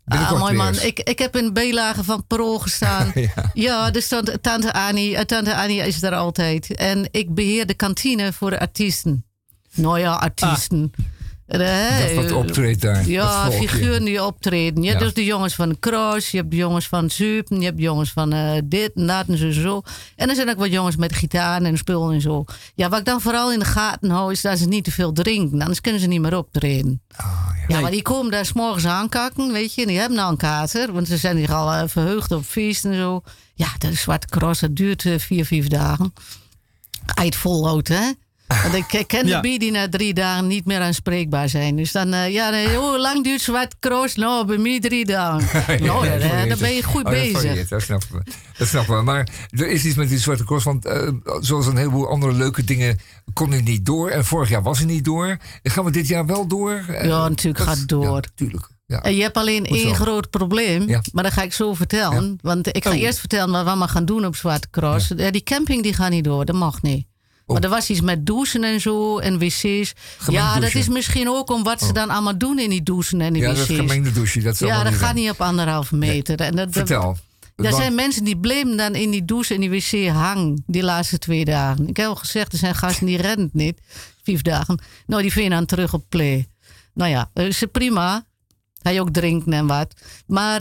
Binnenkort mooi man. weer. Ik heb in B-lagen van Parool gestaan. Ja, er stond Tante Annie. Tante Annie is er altijd. En ik beheer de kantine voor de artiesten. Nou ja, artiesten. Dat wat optreedt daar. Ja, dat volkje. figuren die optreden. Je hebt dus de jongens van de Cross, je hebt de jongens van Zuipen, je hebt de jongens van dit en dat en zo. En er zijn ook wat jongens met gitaar en spul en zo. Ja, wat ik dan vooral in de gaten hou, is dat ze niet te veel drinken. Anders kunnen ze niet meer optreden. Ja, maar die komen daar 's morgens aankakken, weet je. En die hebben nou een kater, want ze zijn hier al verheugd op feest en zo. Ja, dat is Zwarte Cross, dat duurt 4-5 dagen. Als je het volhoudt, hè. Want ik ken de bier die na 3 dagen niet meer aanspreekbaar zijn. Dus dan, hoe lang duurt Zwarte Cross? Nou, bij mij 3 dagen. Nou, dan ben je goed bezig. Dat snappen we. Maar er is iets met die Zwarte Cross. Want zoals een heleboel andere leuke dingen kon het niet door. En vorig jaar was het niet door. Gaan we dit jaar wel door? Ja, natuurlijk gaat het door. Ja, natuurlijk. Ja. En je hebt alleen één groot probleem. Ja. Maar dat ga ik zo vertellen. Ja. Want ik ga eerst vertellen wat we allemaal gaan doen op Zwarte Cross. Ja. Die camping die gaat niet door. Dat mag niet. Maar er was iets met douchen en zo en wc's. Ja, dat is misschien ook om wat ze dan allemaal doen in die douchen en die wc's. Ja, dat gemengde douche. Dat gaat niet op 1,5 meter. Nee. En Vertel. Er zijn mensen die bleven dan in die douche en die wc hangen die laatste 2 dagen. Ik heb al gezegd, er zijn gasten die redden het niet. 5 dagen. Nou, die vind je dan terug op play. Nou ja, dat is prima. Ga je ook drinken en wat. Maar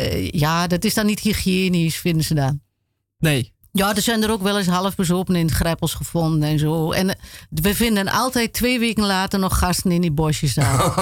dat is dan niet hygiënisch, vinden ze dan. Nee. Ja, er zijn er ook wel eens half bezopen in greppels gevonden en zo. En we vinden altijd 2 weken later nog gasten in die bosjes daar.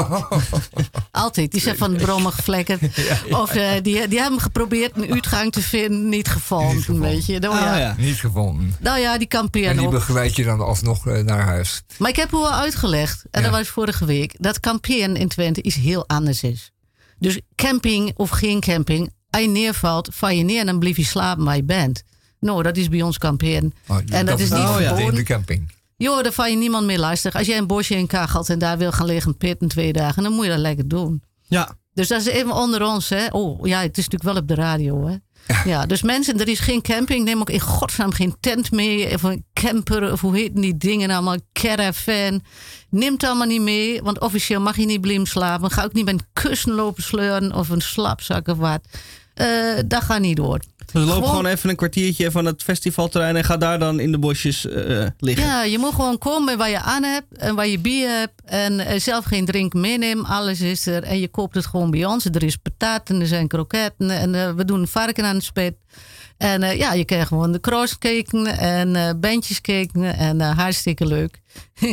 Altijd. Die zijn van de brommige vlekken. Of die hebben geprobeerd een uitgang te vinden, niet gevonden. Weet je. Nou, niet gevonden. Nou ja, die kamperen. En die begeleid je dan alsnog naar huis. Maar ik heb u al uitgelegd, en dat was vorige week, dat kamperen in Twente is heel anders is. Dus camping of geen camping, als je neervalt, val je neer en dan blijf je slapen waar je bent. Nou, dat is bij ons kamperen. En dat is niet verboden. In de camping. Jo, daar val je niemand meer lastig. Als jij een bosje in kachelt en daar wil gaan liggen pitten 2 dagen, dan moet je dat lekker doen. Ja. Dus dat is even onder ons, hè. Oh, ja, het is natuurlijk wel op de radio, hè. Ja, dus mensen, er is geen camping. Neem ook in godsnaam geen tent mee. Of een camper, of hoe heten die dingen allemaal. Caravan. Neem het allemaal niet mee. Want officieel mag je niet blijven slapen. Ga ook niet met een kussen lopen sleuren of een slapzak of wat. Dat gaat niet door. Dus loop gewoon even een kwartiertje van het festivalterrein en ga daar dan in de bosjes liggen. Ja, je moet gewoon komen waar je aan hebt en waar je bier hebt. En zelf geen drink meenemen. Alles is er. En je koopt het gewoon bij ons. Er is patat en er zijn kroketten. En we doen varken aan het spit. En je krijgt gewoon de cross kijken en bandjes kijken. En hartstikke leuk.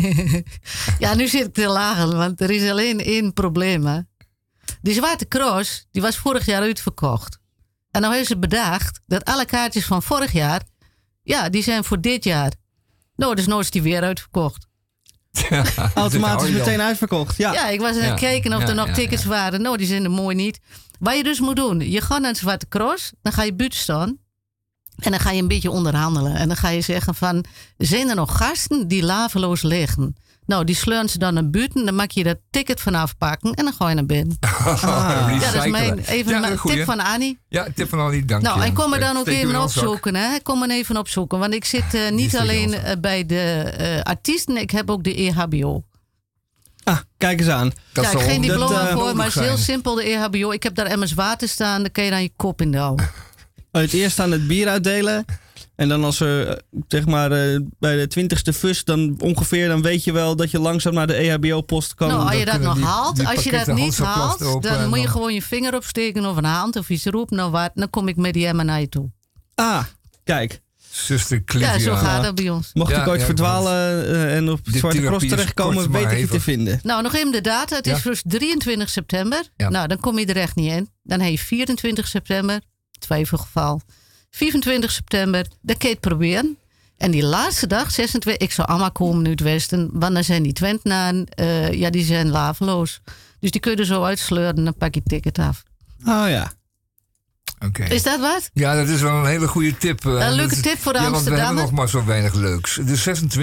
Ja, nu zit ik te lachen, want er is alleen 1 probleem. Hè. Die Zwarte Cross, die was vorig jaar uitverkocht. En nou hebben ze bedacht dat alle kaartjes van vorig jaar, die zijn voor dit jaar. Nou, dus nou is die weer uitverkocht. Ja, automatisch meteen uitverkocht. Ja, ik was aan het kijken of er nog tickets waren. Nou, die zijn er mooi niet. Wat je dus moet doen, je gaat naar de Zwarte Cross, dan ga je buiten staan. En dan ga je een beetje onderhandelen. En dan ga je zeggen van, zijn er nog gasten die laveloos liggen? Nou, die sleuren ze dan naar buiten. Dan maak je dat ticket vanaf pakken en dan ga je naar binnen. Ja, dat is mijn tip van Annie. Ja, tip van Annie, dank je. Nou, en kom er dan ook even opzoeken. Hè? Kom er even opzoeken. Want ik zit niet alleen bij de artiesten. Ik heb ook de EHBO. Ah, kijk eens aan. Ja, geen diploma voor, maar het is heel simpel, de EHBO. Ik heb daar emmers water staan. Dan kan je dan je kop in douwen. Het eerst aan het bier uitdelen. En dan als er, zeg maar, bij de 20ste fus, dan ongeveer, dan weet je wel dat je langzaam naar de EHBO-post kan. Nou, als je dat nog haalt, als je dat niet haalt, dan moet je gewoon je vinger opsteken of een hand of iets roepen of wat. Dan kom ik met die emmer naar je toe. Ah, kijk. Zuster Clivia. Ja, zo gaat dat bij ons. Mocht ik ooit verdwalen en op Zwarte Cross terechtkomen, weet ik je te vinden. Nou, nog even de data. Het is dus 23 september. Ja. Nou, dan kom je er echt niet in. Dan heb je 24 september, twijfelgeval. 24 september, dat kun je het proberen. En die laatste dag, 26, ik zou allemaal komen uit het westen. Want dan zijn die Twentenaren, die zijn laveloos. Dus die kun je er zo uitsleuren en dan pak je het ticket af. Oh ja. Okay. Is dat wat? Ja, dat is wel een hele goede tip. Een leuke tip voor de Amsterdammer. Want we hebben nog maar zo weinig leuks. Dus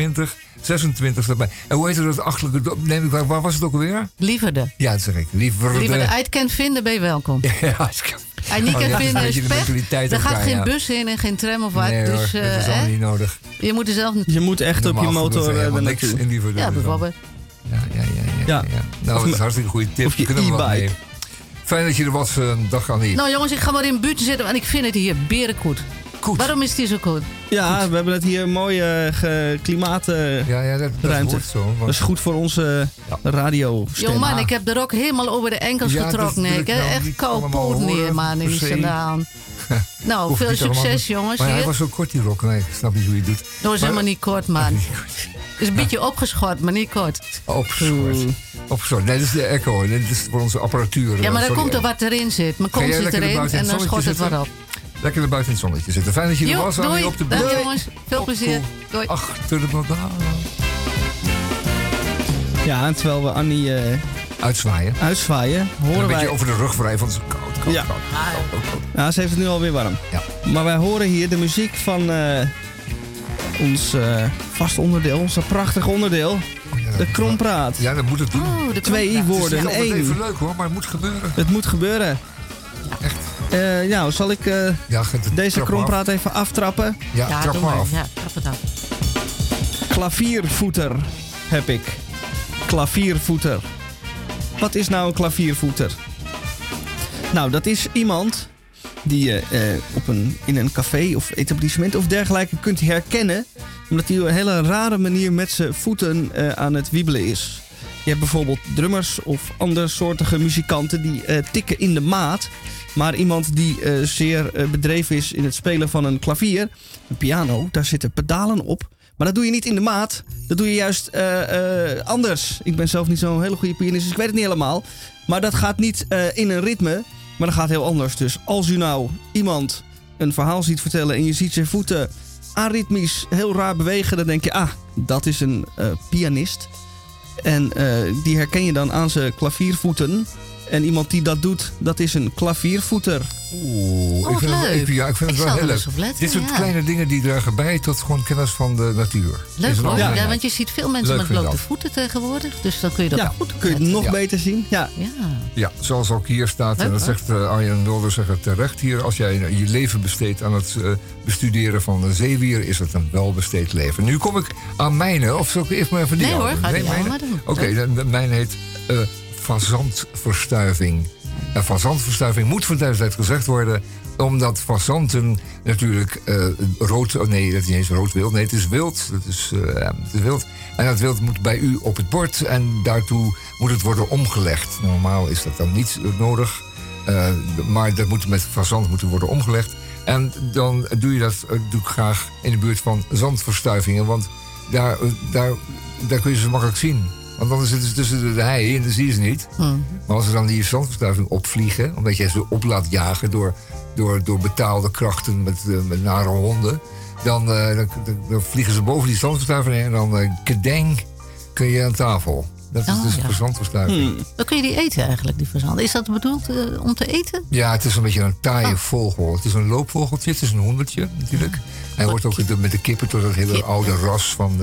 26 erbij. En hoe heette dat achterlijke dorp? Waar was het ook alweer? Lieverde. Ja, dat zeg ik. Lieverde. Als je het kent vinden, ben je welkom. Ja, als je niet kan vinden, is pech. Er gaat geen bus in en geen tram of wat. Nee, dus, dat is allemaal niet nodig. Je moet er zelf Je moet echt op je motor er naartoe. In ja, bijvoorbeeld. Ja. Nou, dat is een hartstikke goede tip. Of je e-bike. Fijn dat je er was. Dag Annie. Nou jongens, ik ga maar in buurt zitten en ik vind het hier berenkoet. Goed. Waarom is die zo goed? Ja, Goed. we hebben het hier mooi klimaatruimte. Ja, dat hoort zo. Want... Dat is goed voor onze radiostem. Yo man, ik heb er ook helemaal over de enkels Ja, getrokken. dat wil Ik ik heb nou echt niet koud allemaal poot neer, horen, man, in die per se. sandaan. Nou, Hoeft veel niet allemaal succes niet. jongens. Maar hij Hier. was zo kort die rok. Nee, ik snap niet hoe je het doet. Dat is helemaal niet kort, man. Het is een beetje opgeschort, maar niet kort. Opgeschort. Nee, dat is de echo. Dit is voor onze apparatuur. Ja, maar dan Sorry. komt er wat erin zit. Mijn Ga kont jij zit lekker erin buiten in en het dan schort het zonnetje wat op. Lekker er buiten in het zonnetje zitten. Fijn dat je er Jo, was. Annie, doei. op de Dag boot. jongens. Veel plezier. Doei. Achter de baba. Ja, en terwijl we Annie Uitzwaaien. uitzwaaien, En horen een wij... beetje over de rug wrijven, want het is koud. Ja. Koud. Ja, ze heeft het nu alweer warm. Ja. Maar wij horen hier de muziek van ons vast onderdeel, ons prachtig onderdeel. Oh, ja, De Krompraat. Ja, dat moet het doen. Oh, de 2 krompraat. woorden Het in is niet altijd 1. even leuk hoor, maar het moet gebeuren. Het moet gebeuren. Echt. Nou, zal ik Ja, deze trap Krompraat even aftrappen? af. Ja, Ja, trap doe maar maar. af. Ja, trap het af. Klaviervoeter heb ik. Klaviervoeter. Wat is nou een klaviervoeter? Nou, dat is iemand die je in een café of etablissement of dergelijke kunt herkennen, omdat hij op een hele rare manier met zijn voeten aan het wiebelen is. Je hebt bijvoorbeeld drummers of andersoortige muzikanten die tikken in de maat. Maar iemand die zeer bedreven is in het spelen van een klavier, een piano, daar zitten pedalen op. Maar dat doe je niet in de maat. Dat doe je juist anders. Ik ben zelf niet zo'n hele goede pianist, dus ik weet het niet helemaal. Maar dat gaat niet in een ritme, maar dat gaat heel anders. Dus als u nou iemand een verhaal ziet vertellen en je ziet zijn voeten aritmisch heel raar bewegen, dan denk je, dat is een pianist. En die herken je dan aan zijn klaviervoeten. En iemand die dat doet, dat is een klaviervoeter. Oeh, Oh, ik vind het, leuk. ja, ik vind het Ik wel zal heel er leuk. eens op letten, Dit soort ja. kleine dingen die dragen bij tot gewoon kennis van de natuur. Leuk Is een hoor. andere- Ja, want je ziet veel mensen Leuk met vind ik blote dat. voeten tegenwoordig. Dus dan kun je dat Ja, goed kun je het nog Ja. beter zien. Ja. Ja. Ja, zoals ook hier staat, Leuk, en dat hoor. zegt Arjen Mulder zegt het terecht hier. Als jij je leven besteedt aan het bestuderen van een zeewier, is het een welbesteed leven. Nu kom ik aan mijne, of zal ik eerst maar even die Nee hoor, houden? ga die mijne? maar doen. Oké, de mijne heet fazantverstuiving. En fazantverstuiving moet van tijd tot tijd gezegd worden, omdat fazanten natuurlijk rood... Nee, dat is niet eens rood wild. Nee, het is wild. Het is wild. En dat wild moet bij u op het bord en daartoe moet het worden omgelegd. Normaal is dat dan niet nodig, maar dat moet met fazant moeten worden omgelegd. En dan doe je dat doe ik graag in de buurt van zandverstuivingen, want daar kun je ze makkelijk zien. Want dan zitten ze tussen de hei en dan zie je ze niet. Maar als ze dan die zandverstuiving opvliegen, omdat je ze op laat jagen door betaalde krachten met nare honden, dan vliegen ze boven die zandverstuiving heen en dan kedeng kun je aan tafel. Dat is dus verzandverstuiving. Dan kun je die eten eigenlijk, die verzand. Is dat bedoeld om te eten? Ja, het is een beetje een taaie vogel. Het is een loopvogeltje, het is een hoendertje natuurlijk. Hij wordt ook met de kippen door dat hele oude ras van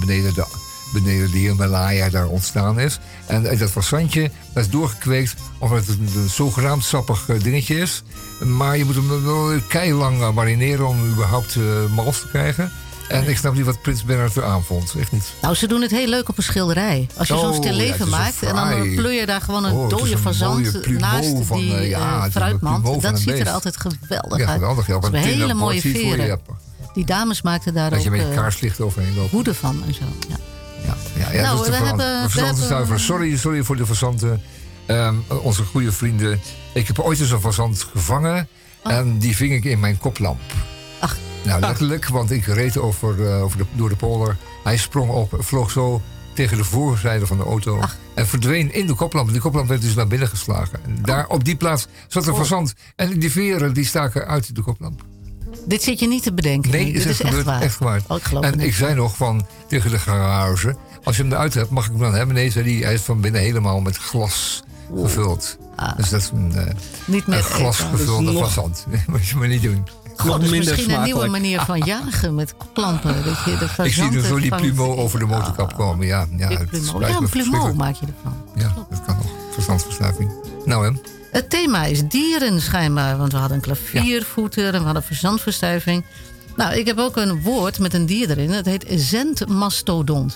beneden de Himalaya daar ontstaan is. En dat fazantje, dat is doorgekweekt omdat het een zogenaamd sappig dingetje is. Maar je moet hem wel keilang marineren om überhaupt mals te krijgen. En ik snap niet wat Prins Bernhard er aan vond. Echt niet. Nou, ze doen het heel leuk op een schilderij. Als je zo'n stil ja, het leven is een maakt en dan fraai. pleur je daar gewoon een het is dode een fazant mooie plumeau naast van, die het is een fruitmand. plumeau van Dat een ziet er beest. altijd geweldig Ja, uit. geweldig. Ja, op Dat een is een hele tinnen mooie bord zie je het voor je veren. hebt. Die dames maakten daar Dat je ook met kaarslicht overheen loopt. hoeden van en zo. Ja. Ja, Nou, dat is we hebben- fazantenstuiver. Sorry voor de fazanten. Onze goede vrienden. Ik heb ooit eens een fazant gevangen. En die ving ik in mijn koplamp. Ach. Nou, letterlijk, want ik reed door de polder. Hij sprong op, vloog zo tegen de voorzijde van de auto. En verdween in de koplamp. Die koplamp werd dus naar binnen geslagen. En daar op die plaats zat een fazant. En die veren die staken uit de koplamp. Dit zit je niet te bedenken. Nee, dit is echt waar. Echt waar. Oh, ik geloof en het ik niet. zei nog tegen de garage, als je hem eruit hebt, mag ik hem dan hebben? Nee, zei hij is van binnen helemaal met glas gevuld. Dus dat is Niet met een glasgevulde Dus nog- fazant. Moet je maar niet doen. God, dat is minder misschien een nieuwe smakelijk. manier van jagen met koplampen. Dat je de Ik zie fazanten dus zo die vangt. plumeau over de motorkap komen. Ja, Die het plumeau. spijt Ja, me een plumeau verschrikkelijk. maak je ervan. Ja, dat kan nog. Verstandsverstuiving. Nou hè. Het thema is dieren schijnbaar. Want we hadden een klaviervoeter en we hadden verzandverstuiving. Nou, ik heb ook een woord met een dier erin. Het heet zendmastodont.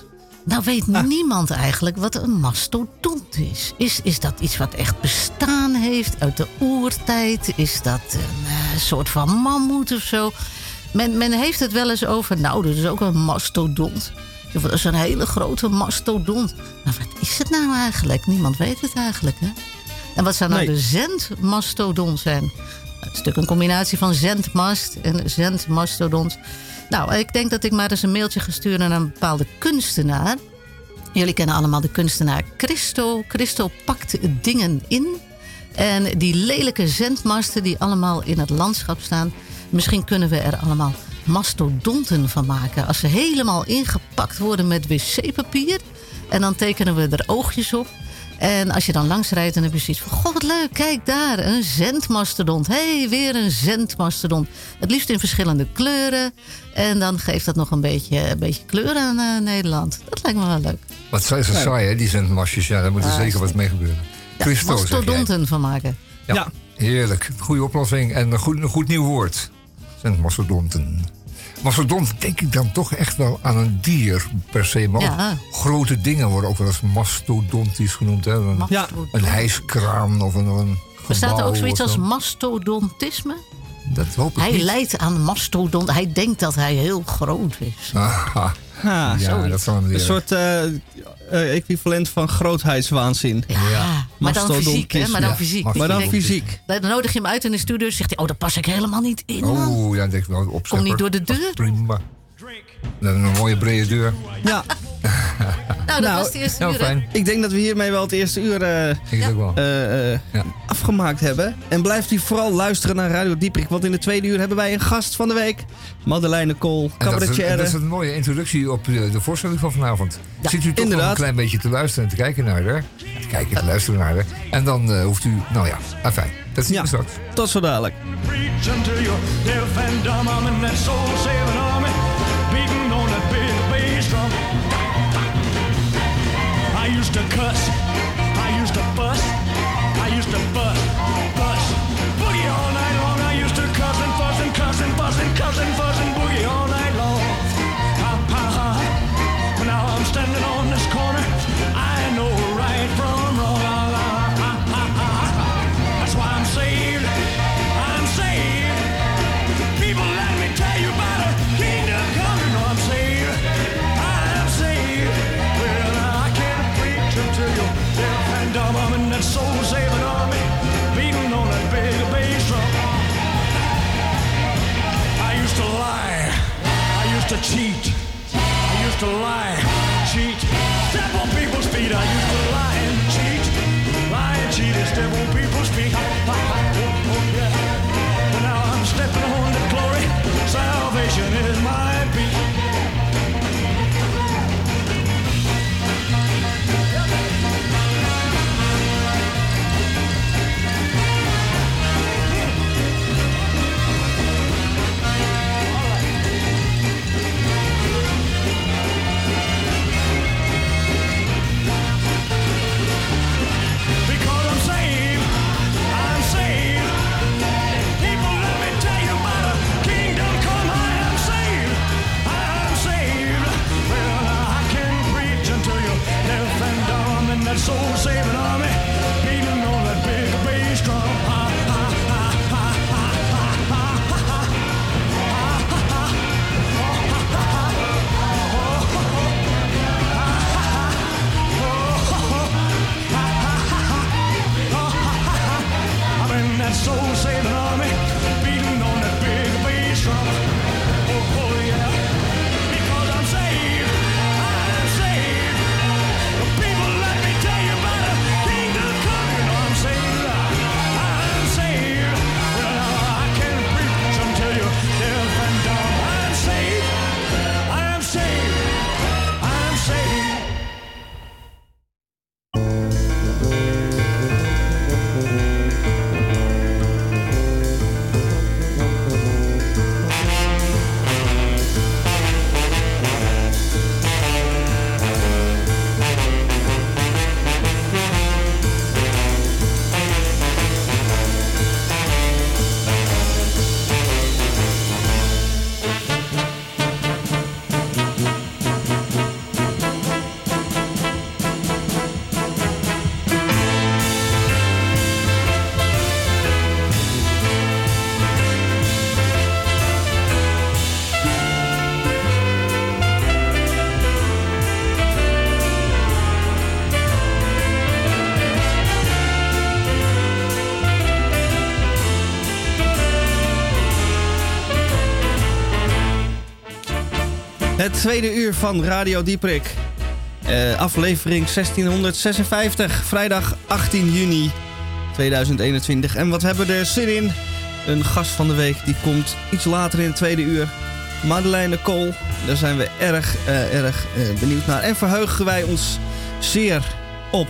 Nou weet niemand eigenlijk wat een mastodont is. Is dat iets wat echt bestaan heeft uit de oertijd? Is dat een soort van mammoet of zo? Men heeft het wel eens over, nou, dat is ook een mastodont. Dat is een hele grote mastodont. Maar wat is het nou eigenlijk? Niemand weet het eigenlijk, hè? En wat zou nou de zendmastodont zijn? Het is natuurlijk een combinatie van zendmast en zendmastodont. Nou, ik denk dat ik maar eens een mailtje ga sturen naar een bepaalde kunstenaar. Jullie kennen allemaal de kunstenaar Christo. Christo pakt dingen in. En die lelijke zendmasten die allemaal in het landschap staan. Misschien kunnen we er allemaal mastodonten van maken. Als ze helemaal ingepakt worden met wc-papier. En dan tekenen we er oogjes op. En als je dan langs rijdt, dan heb je zoiets van... Goh, wat leuk, kijk daar, een zendmastodont. Hé, weer een zendmastodont. Het liefst in verschillende kleuren. En dan geeft dat nog een beetje kleur aan Nederland. Dat lijkt me wel leuk. Wat zijn ze saai, hè, die zendmastjes. Ja, daar moet er zeker wat mee gebeuren. Ja, mastodonten van maken. Ja, heerlijk. Goede oplossing en een goed nieuw woord. Zendmastodonten. Mastodont denk ik dan toch echt wel aan een dier per se. Maar ook grote dingen worden ook wel eens mastodontisch genoemd. Hè? Een hijskraan of een bestaat er ook zoiets als mastodontisme? Dat hoop ik niet. Hij lijdt aan mastodont. Hij denkt dat hij heel groot is. Dat zal hem leren. Een soort equivalent van grootheidswaanzin. Ja. Maar dan fysiek, hè? Maar dan fysiek. Dan nodig je hem uit in de studio en zegt hij... Oh, daar pas ik helemaal niet in, man. Oh, ja, denk ik wel. Kom niet door de deur. Prima. Een mooie brede deur. Ja. Nou, dat was het eerste uur. Fijn. Ik denk dat we hiermee wel het eerste uur afgemaakt hebben. En blijft u vooral luisteren naar Radio Dieprik. Want in de tweede uur hebben wij een gast van de week. Madeleine Kool, cabaretière. Dat is een mooie introductie op de voorstelling van vanavond. Ja, zit u toch nog een klein beetje te luisteren en te kijken naar haar. Te luisteren naar haar. En dan hoeft u, fijn. Dat zien we straks. Tot zo dadelijk. I used to cuss, I used to fuss, I used to fuss. Boogie all night long. I used to cuss and fuss and cuss and fuss and cuss and fuss and boogie all night long. But now I'm standing on this corner. I know right from wrong. That's why I'm saved. I'm saved. People, let me tell you about a kingdom coming. No, I'm saved. I'm saved. Well, I can't preach until you're deaf and dumb. I'm in that soul-saving army, beating on that big bass drum. I used to lie. I used to cheat. I used to lie, cheat, step on people's feet. I used to lie and cheat, and step on people's feet. Oh, yeah. But now I'm stepping on the glory. Salvation is my beat. That soul-saving army, beating on that big bass drum. I'm in that soul-saving army, beating on that big bass drum. Oh yeah, because I'm saved. I'm saved. People, let me tell you about it. Het tweede uur van Radio Dieprik. Aflevering 1656, vrijdag 18 juni 2021. En wat hebben we er zin in? Een gast van de week, die komt iets later in het tweede uur. Madeleine Kool, daar zijn we erg benieuwd naar. En verheugen wij ons zeer op.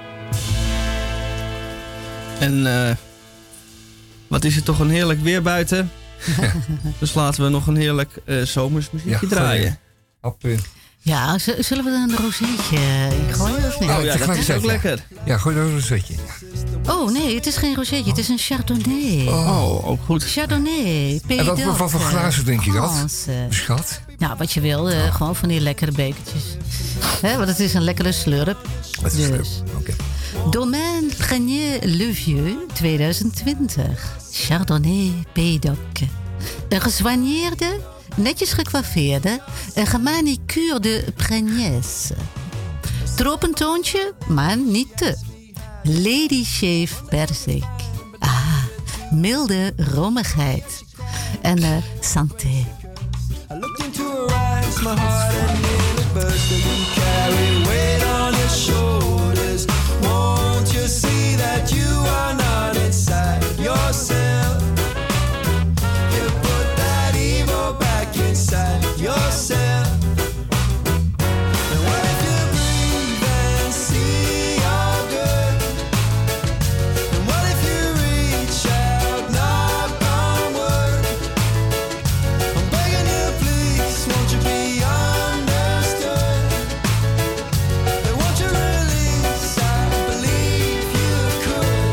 En wat is het toch een heerlijk weer buiten. Dus laten we nog een heerlijk zomersmuziekje draaien. Ja, zullen we er een rozeetje in gooien of niet? Oh ja, dat is ook lekker. Ja, gooi er een rozeetje. Oh nee, het is geen rozeetje, het is een chardonnay. Oh, ook goed. Chardonnay, En wat voor glazen drink je dat, schat? Nou, wat je wil, gewoon van die lekkere bekertjes. Want het is een lekkere slurp. Het is slurp, oké. Domaine Prenier Le Vieux 2020. Chardonnay Pays-d'Oc. Een gesoigneerde, netjes gekwaffeerde en gemanicuurde Preniers. Tropentoontje, maar niet te. Lady Shave Persik. Milde romigheid. En santé. I looked into her eyes, my heart had nearly burst. You carry weight on your shoulders. Won't you see that you are not inside yourself? You put that evil back inside yourself. And what if you breathe and see you're good? And what if you reach out, knock on wood? I'm begging you, please, won't you be understood? And won't you release? I believe you could.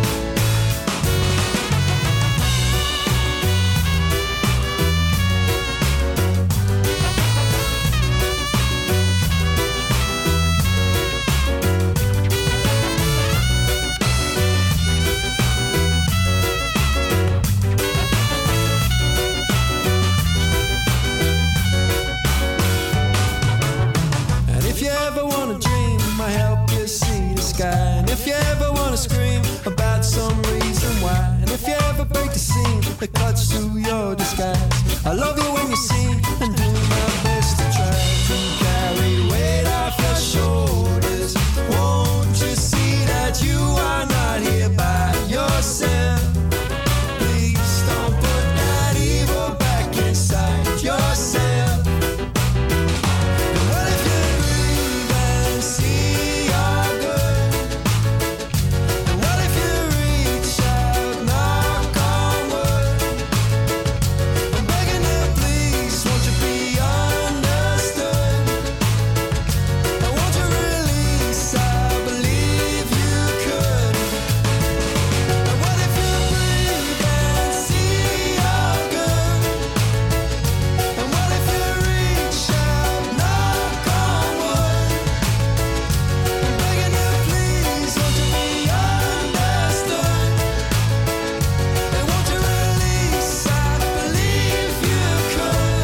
And if you ever wanna dream, I help you see the sky. And if you ever wanna scream about some reason why, and if you ever break the scene that cuts through your disguise, I love you when you sing and do my best to try to carry weight off your shoulders. Won't you see that you are not here by yourself? Please don't put that evil back inside yourself. And what if you breathe and see you're good? And what if you reach out, knock on wood? I'm begging you, please, won't you be understood? And won't you release? I believe you could. And what if you breathe and see you're good? And what if you reach out, knock on wood? I'm begging you, please, won't you be understood? And won't you release? I believe you could.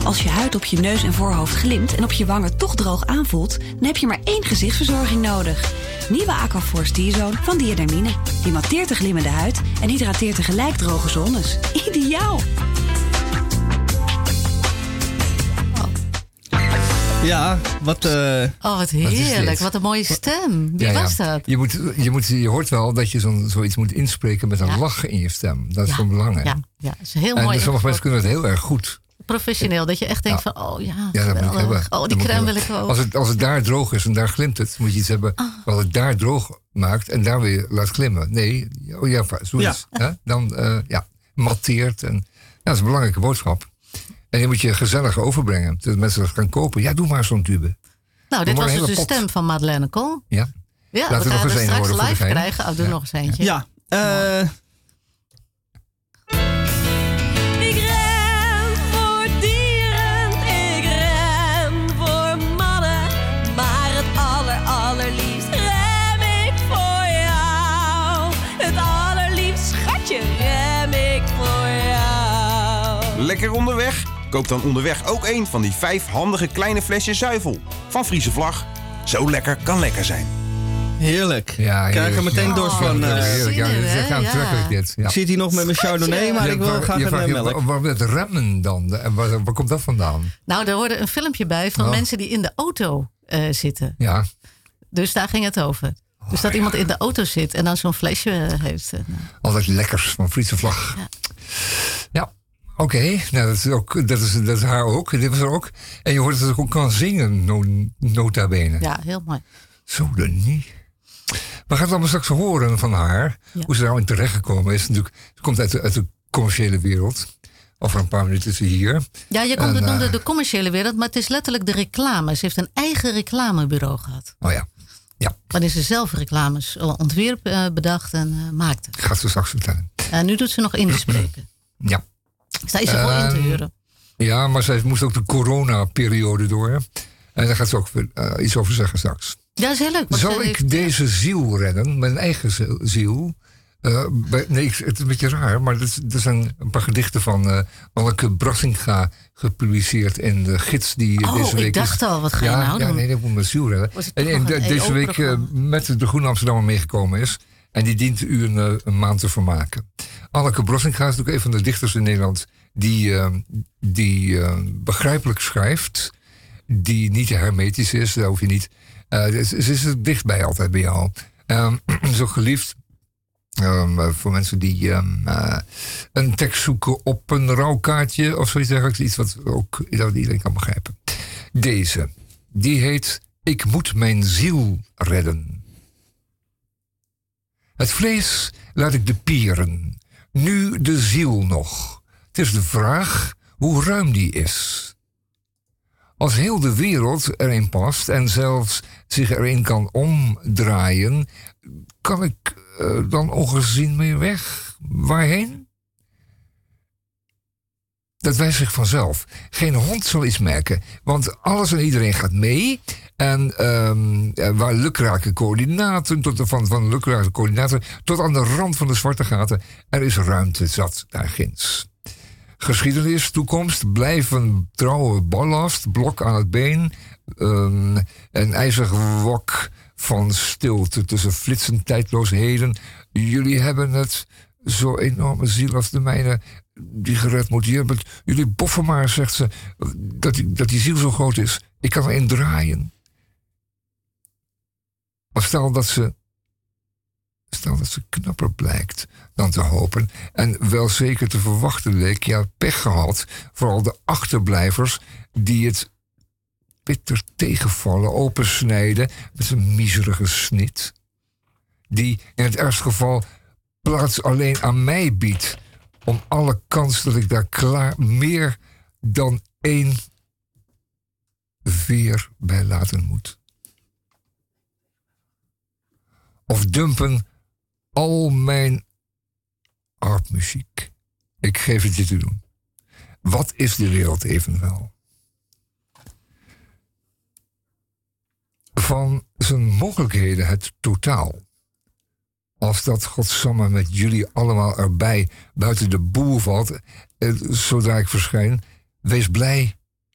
Als je huid op je neus en voorhoofd glimt en op je wangen toch droog aanvoelt, dan heb je maar 1 gezichtsverzorging nodig. Nieuwe Aquaforce T-Zone van Diademine. Die matteert de glimmende huid en hydrateert tegelijk droge zones. Ideaal! Ja, wat... wat heerlijk. Wat een mooie stem. Wie was dat? Je hoort wel dat je zoiets moet inspreken met een lach in je stem. Dat is van belang. Ja, dat is heel mooi. En sommige mensen kunnen het heel erg goed. Professioneel, dat je echt denkt van, dat moet ik hebben. Die crème wil ik ook. Als het daar droog is en daar glimt het, moet je iets hebben wat het daar droog maakt en daar weer laat glimmen. Nee, zoiets. Hè? Dan matteert. En, dat is een belangrijke boodschap. En die moet je gezellig overbrengen, zodat mensen dat gaan kopen. Ja, doe maar zo'n tube. Nou, dit was dus de stem van Madeleine Kool. Ja. Ja, we gaan er straks live krijgen. Doe nog eens eentje. Ja. Ik ren voor dieren, ik ren voor mannen. Maar het allerliefst rem ik voor jou. Het allerliefst schatje rem ik voor jou. Lekker onderweg? Koop dan onderweg ook een van die 5 handige kleine flesjes zuivel. Van Friese Vlag. Zo lekker kan lekker zijn. Heerlijk. Ja, krijg er meteen dorst van. Heerlijk. Ja, dit is echt aantrekkelijk dit. Ja. Ik zit hier nog met mijn Chardonnay, maar ik wil graag een melk. Waarom het remmen dan? En waar komt dat vandaan? Nou, er hoorde een filmpje bij van mensen die in de auto zitten. Ja. Dus daar ging het over. Dus dat iemand in de auto zit en dan zo'n flesje heeft. Altijd lekkers van Friese Vlag. Ja. Oké, nou, dat is haar ook. Dit was er ook. En je hoort dat ze ook kan zingen, nota bene. Ja, heel mooi. Zo dan niet. We gaan het allemaal straks horen van haar. Ja. Hoe ze daar in terechtgekomen is. Natuurlijk, ze komt uit de commerciële wereld. Over een paar minuten is ze hier. Ja, je noemde de commerciële wereld, maar het is letterlijk de reclame. Ze heeft een eigen reclamebureau gehad. Oh ja. Waarin ze zelf reclames ontwierp, bedacht en maakte. Gaat ze straks vertellen. En nu doet ze nog inspreken. Ja. Sta je ze vol in te huren? Ja, maar zij moest ook de corona-periode door. En daar gaat ze ook iets over zeggen straks. Ja, dat is heel leuk. Zal ik deze ziel redden, mijn eigen ziel? Nee, het is een beetje raar, maar er zijn een paar gedichten van Anneke Brassinga gepubliceerd in de gids die deze week ik dacht al, wat ga je nou doen? Ja, nee, ik moet mijn ziel redden. En deze week met de Groene Amsterdammer meegekomen is. En die dient u een maand te vermaken. Anneke Brassinga is natuurlijk een van de dichters in Nederland die begrijpelijk schrijft. Die niet hermetisch is, daar hoef je niet. Ze is er dichtbij altijd bij jou. Zo geliefd. Voor mensen die een tekst zoeken op een rouwkaartje of zoiets dergelijks. Iets wat ook iedereen kan begrijpen. Deze, die heet Ik moet mijn ziel redden. Het vlees laat ik de pieren, nu de ziel nog. Het is de vraag hoe ruim die is. Als heel de wereld erin past en zelfs zich erin kan omdraaien, kan ik dan ongezien mee weg? Waarheen? Dat wijst zich vanzelf. Geen hond zal iets merken, want alles en iedereen gaat mee. En waar lukrake coördinaten, van lukrake coördinaten tot aan de rand van de zwarte gaten, er is ruimte zat daar ginds. Geschiedenis, toekomst, blijven trouwe ballast, blok aan het been, een ijzig wok van stilte tussen flitsend tijdloosheden. Jullie hebben het, zo enorme ziel als de mijne, die gered moet. Jullie boffen maar, zegt ze, dat die ziel zo groot is. Ik kan erin draaien. Maar stel dat ze knapper blijkt dan te hopen. En wel zeker te verwachten leek. Ja, pech gehad. Vooral de achterblijvers die het bitter tegenvallen, opensnijden met zijn miserige snit. Die in het ergste geval plaats alleen aan mij biedt. Om alle kans dat ik daar klaar meer dan 1 veer bij laten moet. Of dumpen al mijn harpmuziek. Ik geef het je te doen. Wat is de wereld evenwel? Van zijn mogelijkheden het totaal. Als dat godsamme met jullie allemaal erbij buiten de boer valt, zodra ik verschijn, wees blij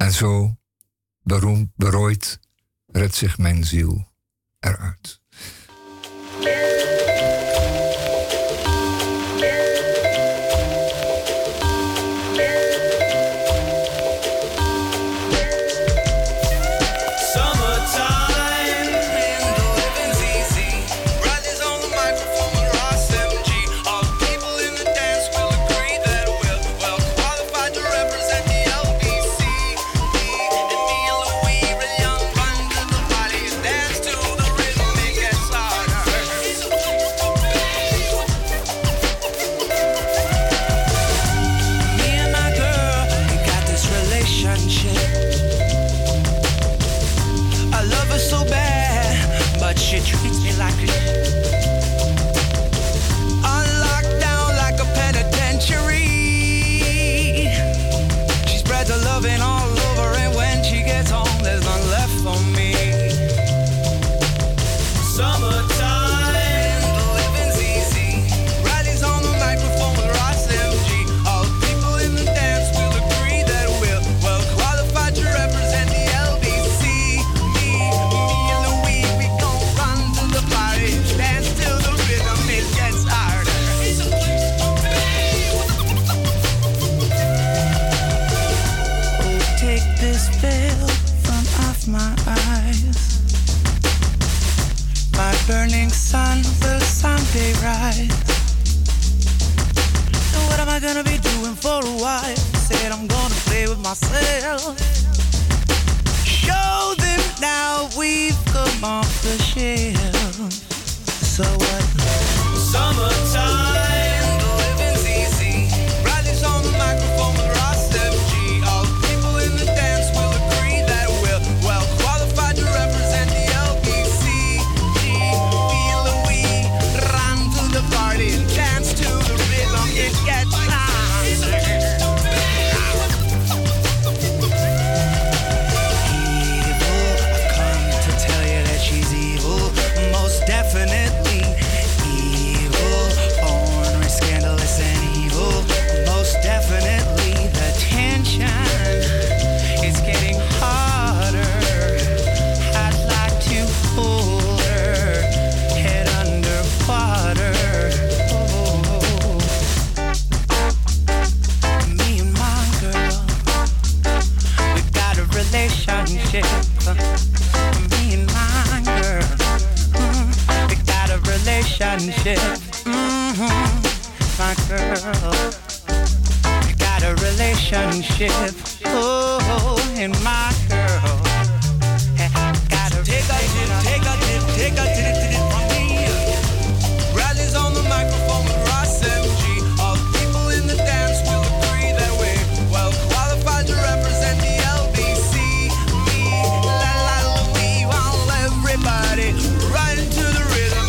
En zo, berooid, redt zich mijn ziel eruit. She treats me like a unlocked down like a penitentiary. She spreads her loving all over, and when she gets home, there's none left for me. Summertime, the living's easy. Riley's on the microphone with Ross MG. All the people in the dance will agree that we're well qualified to represent the LBC. Me and Louis, we gon' run to the party, dance to the rhythm, it gets harder. It's a place to be. Oh, take this veil from off my eyes. My burning sun will someday rise. So what am I gonna be doing for a while? Said I'm gonna play with myself. Show them now we've come off the shelf. So what? Summertime, the living's easy. Riley's on the microphone with Ross MG. All the people in the dance will agree that we're well qualified to represent the LBC. Me and Louis run to the party and dance to the rhythm. It gets definitely evil, ornery, scandalous, and evil. Most definitely the tension is getting harder. I'd like to hold her head underwater. Oh. Me and my girl, we got a relationship. Me and my girl, relationship, my girl, you got a relationship, oh, and my girl, gotta take a dip from me. Riley's on the microphone with Ross MG. All the people in the dance will agree that we're well qualified to represent the LBC. Me, la la Louis, while everybody right into the rhythm.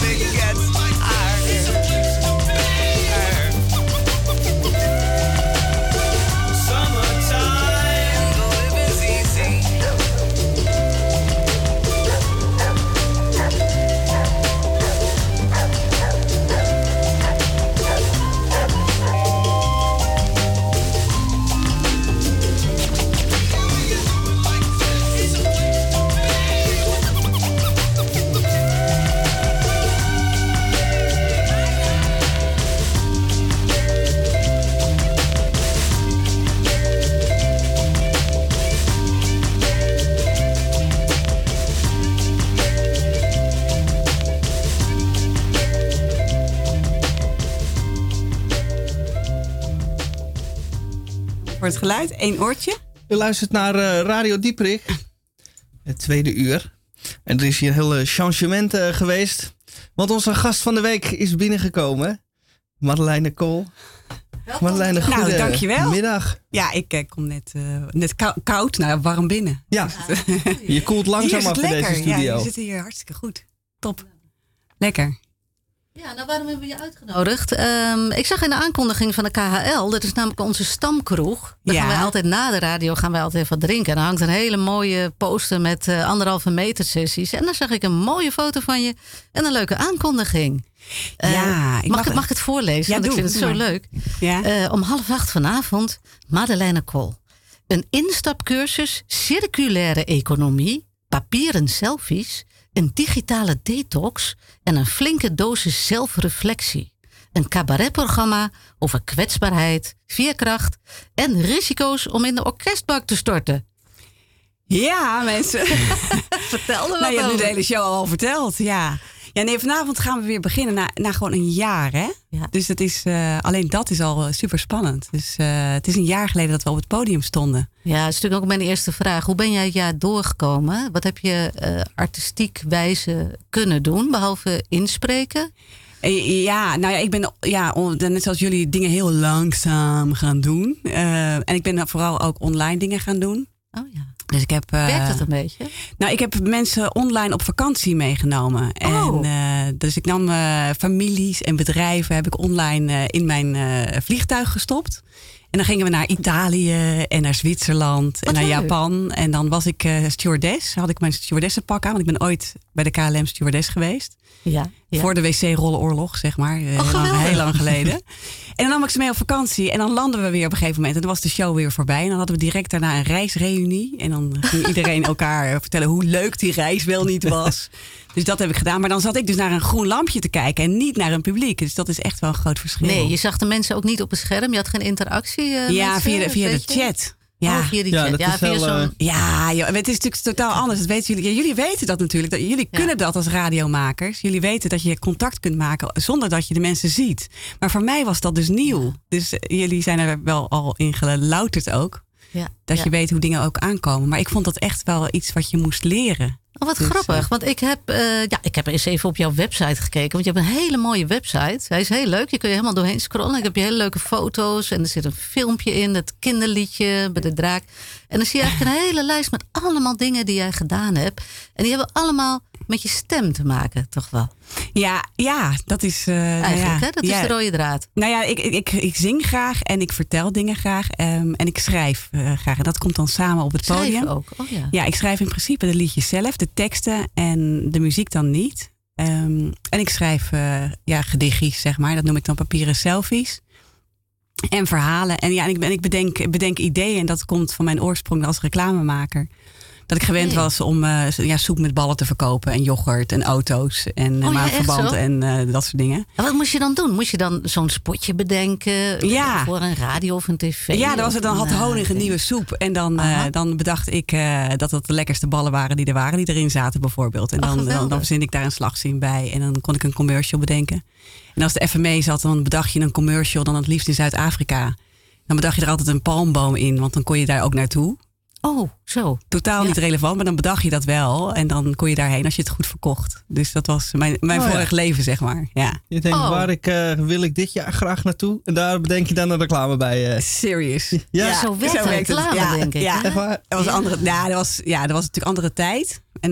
Voor het geluid, 1 oortje. U luistert naar Radio Dieprik, het 2e uur. En er is hier een heel changement geweest. Want onze gast van de week is binnengekomen. Madeleine Kool. Madeleine, dankjewel. Middag. Ja, ik kom net koud, warm binnen. Ja, je koelt langzaam af in deze studio. Ja, we zitten hier hartstikke goed. Top. Lekker. Ja, nou waarom hebben we je uitgenodigd? Ik zag in de aankondiging van de KHL, dat is namelijk onze stamkroeg. Daar gaan wij altijd na de radio even wat drinken. En dan hangt een hele mooie poster met 1,5 meter sessies. En dan zag ik een mooie foto van je en een leuke aankondiging. Mag ik het voorlezen? Ja, want ik vind het zo leuk. Ja. Om 7:30 vanavond, Madeleine Kool. Een instapcursus circulaire economie, papieren selfies, een digitale detox en een flinke dosis zelfreflectie. Een cabaretprogramma over kwetsbaarheid, veerkracht en risico's om in de orkestbak te storten. Ja, mensen. Vertel er wat je hebt nu over. de hele show al verteld, ja. Ja, nee, vanavond gaan we weer beginnen na gewoon een jaar, hè? Ja. Dus dat is, alleen dat is al super spannend. Dus het is een jaar geleden dat we op het podium stonden. Ja, dat is natuurlijk ook mijn eerste vraag. Hoe ben jij het jaar doorgekomen? Wat heb je artistiek wijze kunnen doen, behalve inspreken? Ja, nou ja, ik ben net zoals jullie dingen heel langzaam gaan doen. En ik ben vooral ook online dingen gaan doen. Oh ja. Dus ik heb, Werkt dat een beetje? Nou, ik heb mensen online op vakantie meegenomen. Oh. En, dus ik nam families en bedrijven heb ik online in mijn vliegtuig gestopt. En dan gingen we naar Italië en naar Zwitserland en naar Japan. En dan was ik stewardess. Had ik mijn stewardessenpak aan. Want ik ben ooit bij de KLM stewardess geweest. Ja. Voor de wc-rollenoorlog, zeg maar. Heel lang geleden. En dan nam ik ze mee op vakantie. En dan landden we weer op een gegeven moment. En dan was de show weer voorbij. En dan hadden we direct daarna een reisreunie. En dan ging iedereen elkaar vertellen hoe leuk die reis wel niet was. Dus dat heb ik gedaan. Maar dan zat ik dus naar een groen lampje te kijken. En niet naar een publiek. Dus dat is echt wel een groot verschil. Nee, je zag de mensen ook niet op het scherm. Je had geen interactie. Ja, via de chat. Ja, via die chat. Dat is zo'n... Ja, joh, het is natuurlijk totaal anders. Dat weten jullie. Ja, jullie weten dat natuurlijk. Jullie kunnen dat als radiomakers. Jullie weten dat je contact kunt maken zonder dat je de mensen ziet. Maar voor mij was dat dus nieuw. Ja. Dus jullie zijn er wel al in gelouterd ook. Ja. Dat je weet hoe dingen ook aankomen. Maar ik vond dat echt wel iets wat je moest leren. Oh, wat grappig. Want ik heb eens even op jouw website gekeken. Want je hebt een hele mooie website. Hij is heel leuk. Je kun je helemaal doorheen scrollen. Ik heb je hele leuke foto's. En er zit een filmpje in. Het kinderliedje bij de draak. En dan zie je eigenlijk een hele lijst met allemaal dingen die jij gedaan hebt. En die hebben allemaal met je stem te maken, toch wel? Ja, dat is... eigenlijk, hè? Dat is de rode draad. Nou ja, ik zing graag en ik vertel dingen graag. En ik schrijf graag. En dat komt dan samen op het podium. Schrijf ook? Oh, ja. Ja, ik schrijf in principe de liedjes zelf, de teksten en de muziek dan niet. En ik schrijf gedichtjes, zeg maar. Dat noem ik dan papieren selfies. En verhalen. En ik bedenk ideeën. En dat komt van mijn oorsprong als reclamemaker. Dat ik gewend was om soep met ballen te verkopen. En yoghurt en auto's. En maandverband en dat soort dingen. En wat moest je dan doen? Moest je dan zo'n spotje bedenken? Ja. Voor een radio of een tv? Ja, dan had Honig een nieuwe soep. En dan bedacht ik dat het de lekkerste ballen waren die er waren. Die erin zaten bijvoorbeeld. En dan verzin ik daar een slagzin bij. En dan kon ik een commercial bedenken. En als de FME zat, dan bedacht je een commercial. Dan het liefst in Zuid-Afrika. Dan bedacht je er altijd een palmboom in. Want dan kon je daar ook naartoe. Oh, zo. Totaal niet relevant, maar dan bedacht je dat wel. En dan kon je daarheen als je het goed verkocht. Dus dat was mijn vorig leven, zeg maar. Ja. Je denkt, wil ik dit jaar graag naartoe? En daar bedenk je dan een reclame bij. Serious. Ja, zo werkt het reclame, denk ik. Ja, echt waar? Dat was natuurlijk andere tijd. En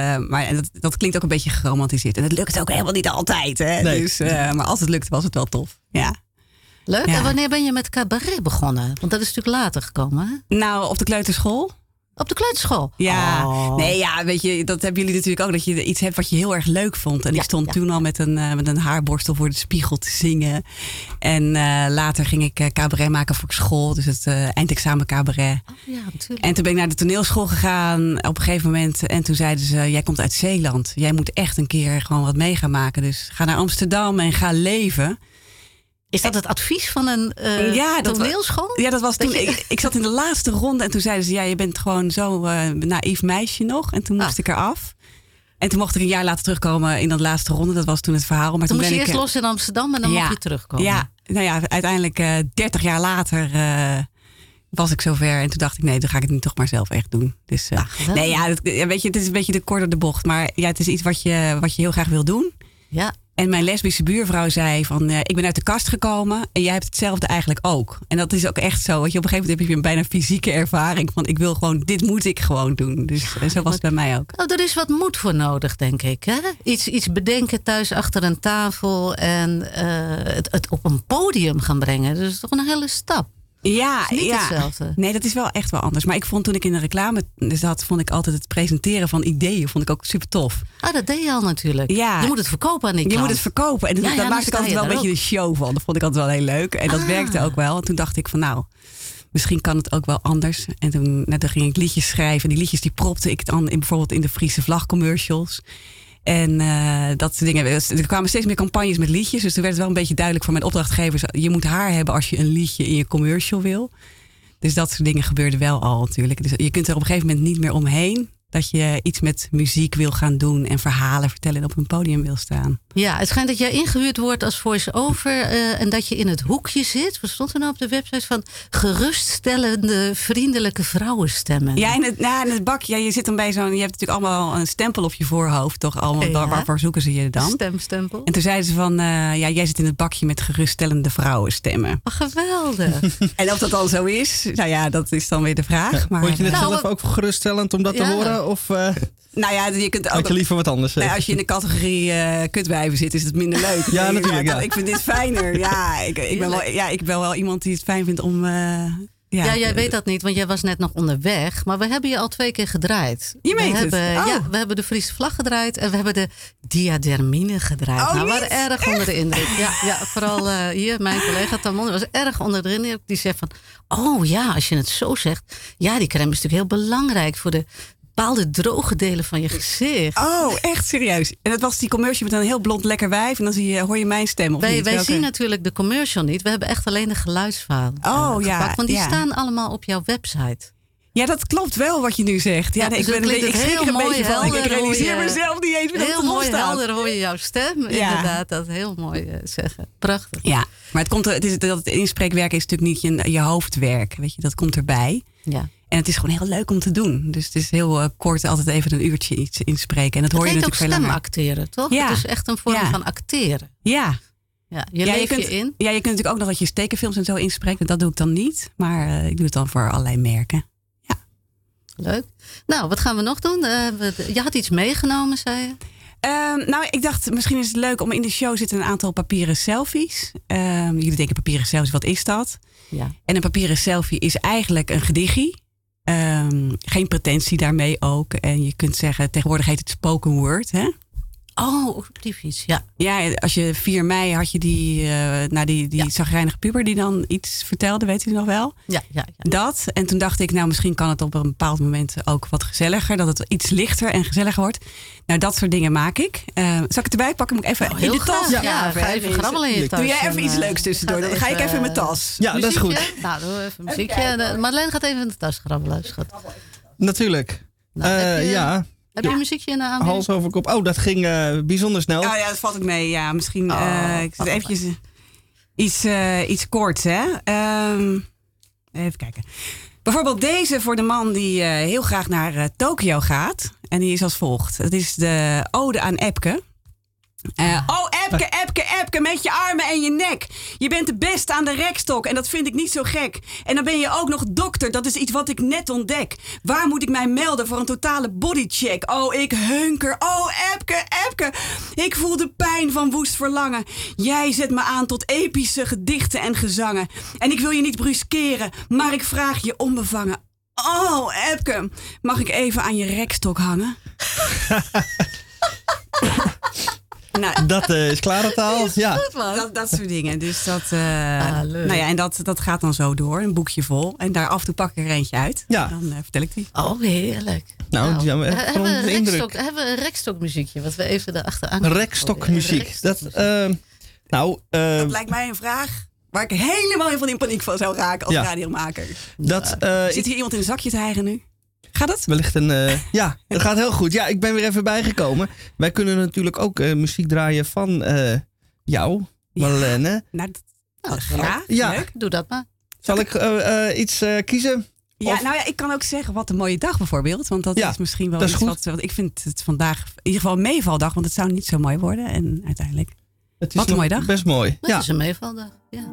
dat klinkt ook een beetje geromantiseerd. En het lukt ook helemaal niet altijd. Hè? Nee. Dus, maar als het lukt, was het wel tof. Ja. Leuk. Ja. En wanneer ben je met cabaret begonnen? Want dat is natuurlijk later gekomen, hè? Nou, op de kleuterschool. Op de kleuterschool? Ja. Oh. Nee, ja, weet je, dat hebben jullie natuurlijk ook. Dat je iets hebt wat je heel erg leuk vond. En ik stond toen al met een haarborstel voor de spiegel te zingen. En later ging ik cabaret maken voor school. Dus het eindexamen cabaret. Oh, ja, natuurlijk. En toen ben ik naar de toneelschool gegaan op een gegeven moment. En toen zeiden ze, jij komt uit Zeeland. Jij moet echt een keer gewoon wat mee gaan maken. Dus ga naar Amsterdam en ga leven. Is dat het advies van een toneelschool? Ja, dat was toen. Ik zat in de laatste ronde en toen zeiden ze... ja, je bent gewoon zo naïef meisje nog. En toen moest ik eraf. En toen mocht ik een jaar later terugkomen in dat laatste ronde. Dat was toen het verhaal. Maar toen moest je ben eerst los in Amsterdam en dan mocht je terugkomen. Ja, nou ja, uiteindelijk 30 jaar later was ik zover. En toen dacht ik, nee, dan ga ik het nu toch maar zelf echt doen. Dus nee, ja, weet je, het is een beetje de korte de bocht. Maar ja, het is iets wat je heel graag wil doen. Ja. En mijn lesbische buurvrouw zei van... ik ben uit de kast gekomen en jij hebt hetzelfde eigenlijk ook. En dat is ook echt zo. Want je, op een gegeven moment heb je een bijna fysieke ervaring van... ik wil gewoon, dit moet ik gewoon doen. Dus zo was het bij mij ook. Oh, er is wat moed voor nodig, denk ik. Hè? Iets bedenken thuis achter een tafel... en het op een podium gaan brengen. Dat is toch een hele stap. Ja, dat is niet hetzelfde. Nee, dat is wel echt wel anders. Maar ik vond toen ik in de reclame zat, vond ik altijd het presenteren van ideeën vond ik ook super tof. Ah, dat deed je al natuurlijk. Ja. Je moet het verkopen aan die klant. Je moet het verkopen. En daar maakte ik altijd wel een beetje de show van. Dat vond ik altijd wel heel leuk. En dat werkte ook wel. En toen dacht ik van nou, Misschien kan het ook wel anders. En toen ging ik liedjes schrijven. En die liedjes die propte ik dan bijvoorbeeld in de Friese Vlag commercials. En dat soort dingen. Er kwamen steeds meer campagnes met liedjes. Dus toen werd het wel een beetje duidelijk voor mijn opdrachtgevers. Je moet haar hebben als je een liedje in je commercial wil. Dus dat soort dingen gebeurden wel al natuurlijk. Dus je kunt er op een gegeven moment niet meer omheen. Dat je iets met muziek wil gaan doen en verhalen vertellen en op een podium wil staan. Ja, het schijnt dat jij ingehuurd wordt als voice-over en dat je in het hoekje zit. Wat stond er nou op de website van geruststellende, vriendelijke vrouwenstemmen? Ja, in het bakje. Ja, je zit dan bij zo'n. Je hebt natuurlijk allemaal een stempel op je voorhoofd, toch? Allemaal, waarvoor zoeken ze je dan? Stemstempel. En toen zeiden ze van, jij zit in het bakje met geruststellende vrouwenstemmen. Oh, geweldig. En of dat dan zo is, nou ja, dat is dan weer de vraag. Ja, maar vond je het zelf ook geruststellend om dat te horen? Of nou ja, je kunt ook, had je liever wat anders? Nou, als je in de categorie kutwijven zit, is het minder leuk. Ja, natuurlijk. Ja. Ik vind dit fijner. Ja, ik ben wel iemand die het fijn vindt om... Ja, jij weet dat niet, want jij was net nog onderweg. Maar we hebben je al 2 keer gedraaid. Je meent het? Ja, we hebben de Friese Vlag gedraaid en we hebben de Diadermine gedraaid. Oh, nou, we waren erg onder de indruk. Ja, vooral hier, mijn collega Tamon was erg onder de indruk. Die zegt van, oh ja, als je het zo zegt. Ja, die crème is natuurlijk heel belangrijk voor de bepaalde droge delen van je gezicht. Oh, echt serieus? En dat was die commercial met een heel blond lekker wijf. En dan hoor je mijn stem, of niet? Wij zien natuurlijk de commercial niet. We hebben echt alleen de geluidsfalen gepakt. Want die staan allemaal op jouw website. Ja, dat klopt wel wat je nu zegt. Ja, nee, dus ik schrik er een beetje van. Ik realiseer mezelf niet eens meer heel mooi helder hoor je jouw stem. Ja. Inderdaad, dat heel mooi zeggen. Prachtig. Ja, maar het inspreekwerk is natuurlijk niet je hoofdwerk. Weet je, dat komt erbij. Ja. En het is gewoon heel leuk om te doen. Dus het is heel kort, altijd even een uurtje iets inspreken. En dat hoor je natuurlijk veel langer. Het heet ook stemacteren, toch? Ja. Het is echt een vorm van acteren. Ja. Ja, je kunt in. Ja, je kunt natuurlijk ook nog dat je tekenfilms en zo inspreekt. Dat doe ik dan niet. Maar ik doe het dan voor allerlei merken. Ja. Leuk. Nou, wat gaan we nog doen? Je had iets meegenomen, zei je? Nou, ik dacht, misschien is het leuk om in de show zitten een aantal papieren selfies. Jullie denken papieren selfies, wat is dat? Ja. En een papieren selfie is eigenlijk een gedichtje. Geen pretentie daarmee ook. En je kunt zeggen, tegenwoordig heet het spoken word, hè? Oh, op die fiets, ja. Ja, als je 4 mei had je die chagrijnige puber die dan iets vertelde, weet u nog wel? Ja. Dat. En toen dacht ik, nou misschien kan het op een bepaald moment ook wat gezelliger. Dat het iets lichter en gezelliger wordt. Nou, dat soort dingen maak ik. Zal ik het erbij pakken? Moet ik even in de tas graven? Ja, ga even grabbelen in je tas. Doe jij even iets leuks tussendoor? Dan ga ik even in mijn tas. Ja, muziekje? Dat is goed. Nou, doe even muziekje. Marleen gaat even in de tas grabbelen. Schat. Natuurlijk. Ja. Heb je een muziekje in de aanbieding? Hals over kop. Oh, dat ging bijzonder snel. Oh ja, dat valt ook mee. Ja, misschien ik zet eventjes iets korts, hè. Even kijken. Bijvoorbeeld deze voor de man die heel graag naar Tokio gaat. En die is als volgt. Het is de ode aan Epke. Epke, met je armen en je nek. Je bent de beste aan de rekstok en dat vind ik niet zo gek. En dan ben je ook nog dokter, dat is iets wat ik net ontdek. Waar moet ik mij melden voor een totale bodycheck? Oh, ik hunker. Oh, Epke. Ik voel de pijn van woest verlangen. Jij zet me aan tot epische gedichten en gezangen. En ik wil je niet bruskeren, maar ik vraag je onbevangen. Oh, Epke, mag ik even aan je rekstok hangen? Nou, dat is klare taal. Ja. Dat soort dingen. Dus dat, nou ja, en dat gaat dan zo door. Een boekje vol. En daar af en toe pak ik er eentje uit. Ja. En dan vertel ik die. Oh, heerlijk. Hebben we een rekstokmuziekje? Wat we even erachteraan kunnen. Rekstokmuziek. Dat lijkt mij een vraag waar ik helemaal in paniek van zou raken als radiomaker. Zit hier iemand in een zakje te hijgen nu? Gaat het? Wellicht ja, het gaat heel goed. Ja, ik ben weer even bijgekomen. Wij kunnen natuurlijk ook muziek draaien van jou, Marlene. Leuk. Doe dat maar. Zal ik iets kiezen? Ja, nou ja, ik kan ook zeggen wat een mooie dag bijvoorbeeld. Want dat is misschien wel iets wat ik vind het vandaag in ieder geval een meevaldag. Want het zou niet zo mooi worden. En uiteindelijk, het is wat een mooie dag. Best mooi. Het is een meevaldag, ja.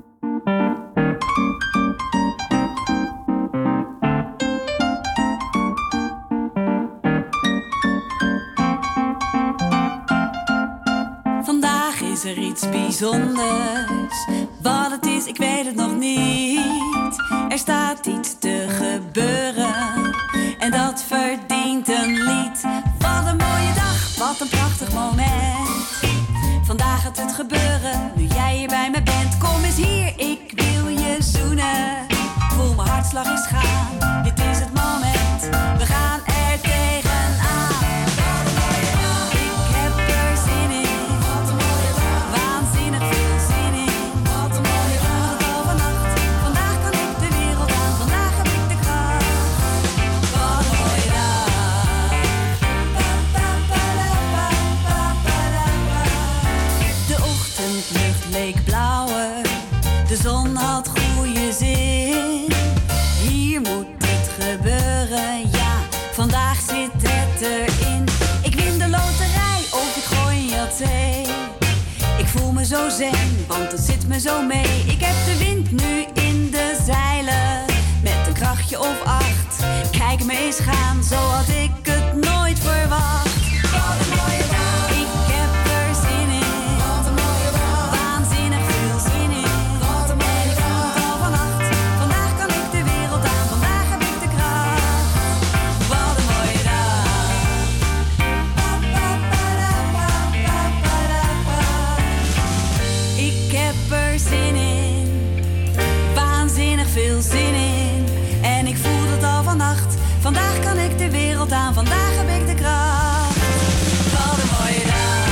Is er iets bijzonders? Wat het is, ik weet het nog niet. Er staat iets te gebeuren en dat verdient een lied. Wat een mooie dag, wat een prachtig moment. Vandaag gaat het gebeuren, nu jij hier bij me bent. Kom eens hier, ik wil je zoenen. Voel me hart uitslag is gaan. Dit is het moment, we gaan er tegenaan. Ik heb er zin in, waanzinnig veel zin in. Ik voel het al vannacht, vandaag kan ik de wereld aan. Vandaag heb ik de kracht, wat een mooie dag. De ochtendlucht leek blauwer, de zon had goede zin. Hier moet het gebeuren, ja, vandaag zit het erin. Ik win de loterij of ik gooi een jatzee. Ik voel me zo zen, want het zit me zo mee. Ik heb de wind nu in de zeilen, met een krachtje of 8. Kijk me eens gaan, zo had ik het nooit verwacht. Wat een mooie dag. Ik heb er zin in, wat een mooie dag. Waanzinnig veel zin in. Wat een mooie dag. En ik voel het al vannacht, vandaag kan ik de wereld aan. Vandaag heb ik de kracht. Wat een mooie dag. Ik heb er zin in, waanzinnig veel zin in. En ik voel het al vannacht, vandaag kan ik de wereld aan. Vandaag heb ik de kracht. Wat een mooie dag.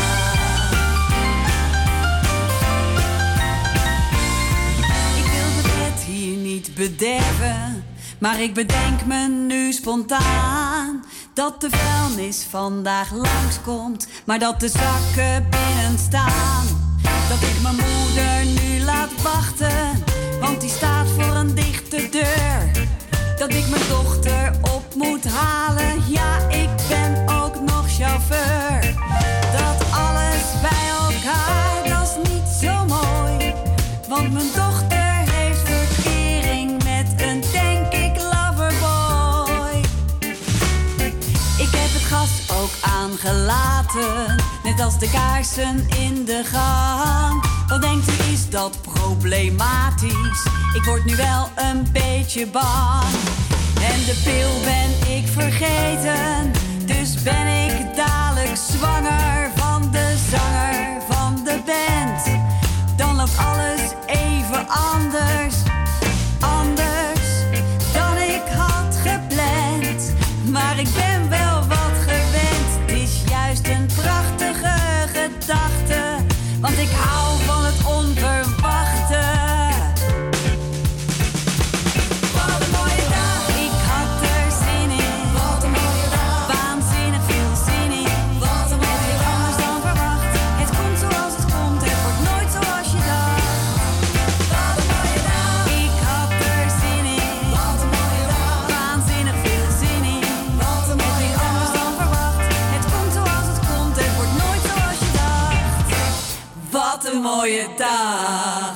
Ik wil de pret hier niet bederven, maar ik bedenk me nu spontaan dat de vuilnis vandaag langskomt, maar dat de zakken binnen staan. Dat ik mijn moeder nu laat wachten, want die staat voor een dichte deur. Dat ik mijn dochter op moet halen, ja, ik ben ook nog chauffeur. Dat alles bij elkaar, dat is niet zo mooi. Want mijn dochter heeft verkering met een, denk ik, loverboy. Ik heb het gas ook aangelaten, net als de kaarsen in de gang. Wat denkt u, is dat problematisch? Ik word nu wel een beetje bang. En de pil ben ik vergeten, dus ben ik dadelijk zwanger van de zanger van de band. Dan loopt alles even anders, anders dan ik had gepland. Maar ik ben wel wat gewend, het is juist een prachtige gedachte, want ik hou van het onverwachte. Wat een mooie dag, ik had er zin in. Wat een mooie dag, waanzinnig veel zin in. Wat een mooie dag, anders dan verwacht. Het komt zoals het komt, het wordt nooit zoals je dacht. Wat een mooie dag, ik had er zin in. Wat een mooie dag, waanzinnig veel zin in. Wat een mooie dag, anders dan verwacht. Het komt zoals het komt, het wordt nooit zoals je dacht. Wat een mooie dag.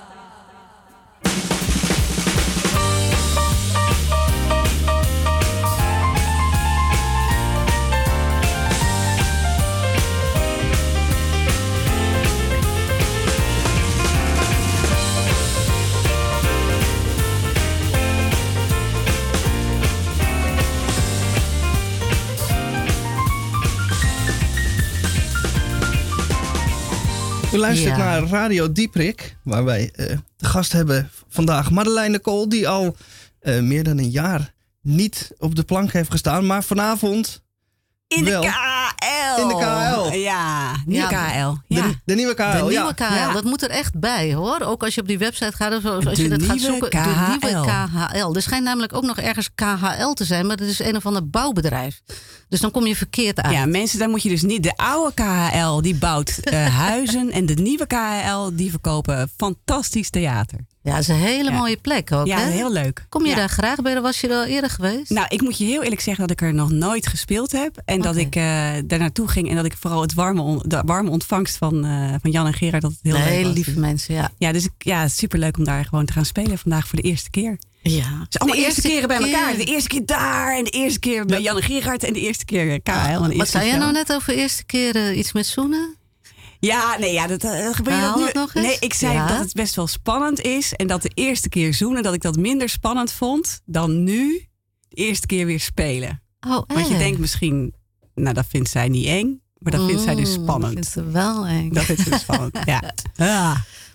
U luistert naar Radio Dieprik, waar wij de gast hebben vandaag Madeleine Kool, die al meer dan een jaar niet op de plank heeft gestaan, maar vanavond in wel. De KHL. In de KHL. Ja, nieuwe KHL. Ja. De nieuwe KHL, De nieuwe KHL, dat moet er echt bij, hoor. Ook als je op die website gaat, of als je dat gaat zoeken. KHL. De nieuwe KHL. Er schijnt namelijk ook nog ergens KHL te zijn, maar dat is een of ander bouwbedrijf. Dus dan kom je verkeerd uit. Ja, mensen, daar moet je dus niet. De oude KHL, die bouwt huizen. En de nieuwe KHL, die verkopen fantastisch theater. Ja, dat is een hele mooie plek ook. Ja, hè? heel leuk. Kom je daar graag bij? Was je er al eerder geweest? Nou, ik moet je heel eerlijk zeggen dat ik er nog nooit gespeeld heb. En dat ik daar naartoe ging. En dat ik vooral de warme ontvangst van Jan en Gerard, dat het heel leuk was. Hele lieve mensen, ja. Ja, dus superleuk om daar gewoon te gaan spelen vandaag voor de eerste keer. Ja. Dus allemaal eerste keren bij elkaar. De eerste keer daar en de eerste keer bij Jan en Gerard en de eerste keer KHL. Wat zei je nou net over de eerste keer iets met zoenen? Ja, nee, ja, dat gebeurt Haal nu. het nog eens? Nee, ik zei dat het best wel spannend is. En dat de eerste keer zoenen, dat ik dat minder spannend vond dan nu de eerste keer weer spelen. Oh, Want je denkt misschien, nou, dat vindt zij niet eng. Maar dat vindt zij dus spannend. Dat vindt ze wel eng. Dat vindt ze spannend, ja.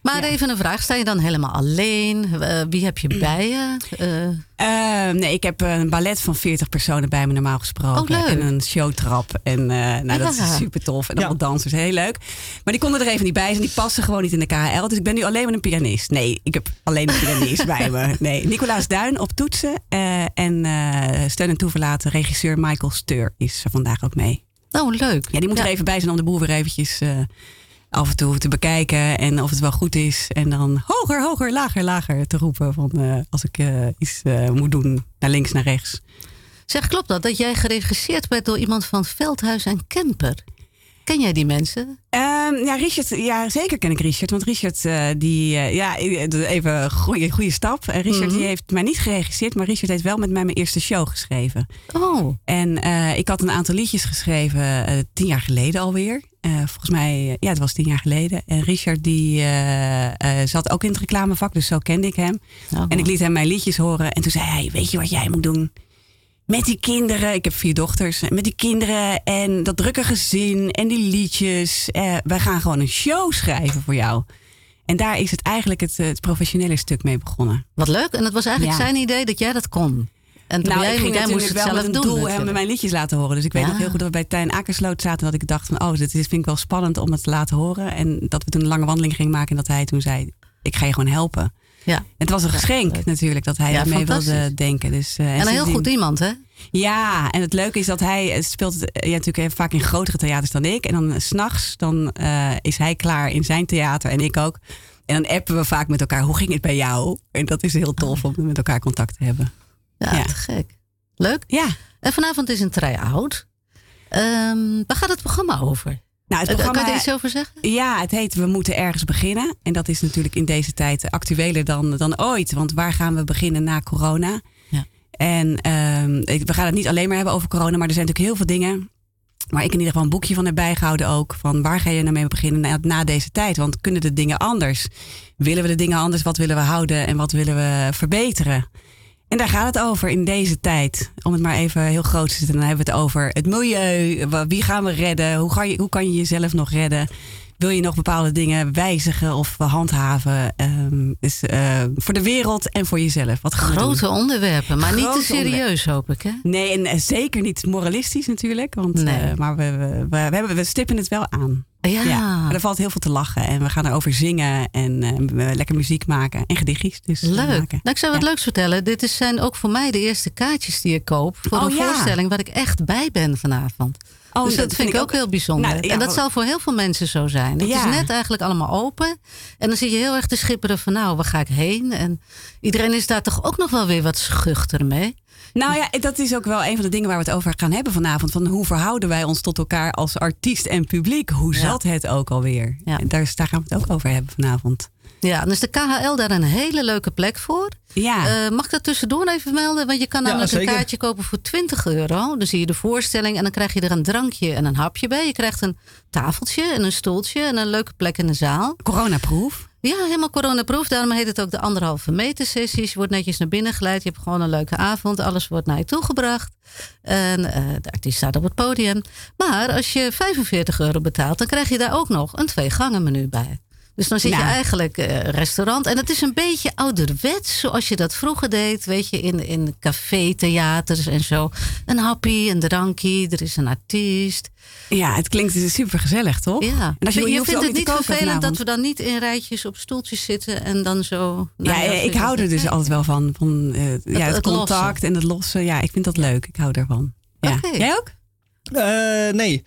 Maar even een vraag. Sta je dan helemaal alleen? Wie heb je bij je? Nee, ik heb een ballet van 40 personen bij me normaal gesproken. Leuk. En een showtrap. En dat is super tof. En allemaal dansers, heel leuk. Maar die konden er even niet bij zijn. Die passen gewoon niet in de KHL. Dus ik ben nu alleen met een pianist. Nee, ik heb alleen een pianist bij me. Nee, Nicolaas Duin op toetsen. En steun en toeverlaten regisseur Michael Steur is er vandaag ook mee. Oh, leuk. Ja, die moet er even bij zijn om de boel weer eventjes af en toe te bekijken. En of het wel goed is. En dan hoger, hoger, lager, lager te roepen. Van als ik iets moet doen. Naar links, naar rechts. Zeg, klopt dat jij geregisseerd bent door iemand van Veldhuis en Kemper? Ken jij die mensen? Ja, Richard, ja, zeker ken ik Richard. Want Richard, even goede stap. Richard die heeft mij niet geregisseerd, maar Richard heeft wel met mij mijn eerste show geschreven. Oh. En ik had een aantal liedjes geschreven 10 jaar geleden alweer. Volgens mij, het was 10 jaar geleden. En Richard die zat ook in het reclamevak, dus zo kende ik hem. Oh. En ik liet hem mijn liedjes horen. En toen zei hij, weet je wat jij moet doen? Met die kinderen, ik heb 4 dochters, met die kinderen en dat drukke gezin en die liedjes. Wij gaan gewoon een show schrijven voor jou. En daar is het eigenlijk het professionele stuk mee begonnen. Wat leuk. En het was eigenlijk zijn idee dat jij dat kon. En ik ging jij moest natuurlijk het wel zelf met een doen. doel hem mijn liedjes laten horen. Dus ik weet nog heel goed dat we bij Tijn Akersloot zaten. Dat ik dacht van, dit vind ik wel spannend om het te laten horen. En dat we toen een lange wandeling gingen maken. En dat hij toen zei, ik ga je gewoon helpen. Ja. En het was een geschenk natuurlijk dat hij ermee wilde denken. Dus, en een heel goed iemand, hè? Ja, en het leuke is dat hij speelt natuurlijk vaak in grotere theaters dan ik. En dan 's nachts is hij klaar in zijn theater en ik ook. En dan appen we vaak met elkaar, hoe ging het bij jou? En dat is heel tof om met elkaar contact te hebben. Ja, te gek. Leuk. Ja. En vanavond is een try-out. Waar gaat het programma over? Nou, het programma, kan je er iets over zeggen? Ja, het heet We moeten ergens beginnen. En dat is natuurlijk in deze tijd actueler dan ooit. Want waar gaan we beginnen na corona? Ja. En we gaan het niet alleen maar hebben over corona. Maar er zijn natuurlijk heel veel dingen waar ik in ieder geval een boekje van heb bijgehouden ook. Van waar ga je nou mee beginnen na deze tijd? Want kunnen de dingen anders? Willen we de dingen anders? Wat willen we houden? En wat willen we verbeteren? En daar gaat het over in deze tijd. Om het maar even heel groot te zetten. Dan hebben we het over het milieu. Wie gaan we redden? Hoe kan je jezelf nog redden? Wil je nog bepaalde dingen wijzigen of handhaven? Dus voor de wereld en voor jezelf. Wat grote onderwerpen, maar niet te serieus, hoop ik. Hè? Nee, en zeker niet moralistisch natuurlijk. Want, maar we stippen het wel aan. Ja. Maar er valt heel veel te lachen. En we gaan erover zingen en lekker muziek maken. En gedichtjes. Dus leuk. Maken. Nou, ik zou wat leuks vertellen. Dit zijn ook voor mij de eerste kaartjes die ik koop. Voor een voorstelling waar ik echt bij ben vanavond. Oh, dus dat vind ik ook heel bijzonder. Nou, en dat zal voor heel veel mensen zo zijn. Het is net eigenlijk allemaal open. En dan zie je heel erg te schipperen van waar ga ik heen? En iedereen is daar toch ook nog wel weer wat schuchter mee. Nou ja, dat is ook wel een van de dingen waar we het over gaan hebben vanavond. Van hoe verhouden wij ons tot elkaar als artiest en publiek? Hoe zat het ook alweer? Ja. Daar gaan we het ook over hebben vanavond. Ja, dan is de KHL daar een hele leuke plek voor. Ja. Mag ik dat tussendoor even melden? Want je kan namelijk een kaartje kopen voor €20. Dan zie je de voorstelling en dan krijg je er een drankje en een hapje bij. Je krijgt een tafeltje en een stoeltje en een leuke plek in de zaal. Coronaproof? Ja, helemaal coronaproof. Daarom heet het ook de 1,5 meter sessies. Je wordt netjes naar binnen geleid. Je hebt gewoon een leuke avond. Alles wordt naar je toegebracht. En de artiest staat op het podium. Maar als je €45 betaalt, dan krijg je daar ook nog een 2-gangen menu bij. Dus dan zit je eigenlijk restaurant. En het is een beetje ouderwets, zoals je dat vroeger deed. Weet je, in café-theaters en zo. Een happy, een drankje, er is een artiest. Ja, het klinkt super gezellig, toch? Ja. En als je vindt het niet vervelend vanavond dat we dan niet in rijtjes op stoeltjes zitten en dan zo... Ja, ik hou er dus altijd wel van. Het contact lossen. En het lossen. Ja, ik vind dat leuk. Ik hou ervan. Ja. Okay. Jij ook? Nee.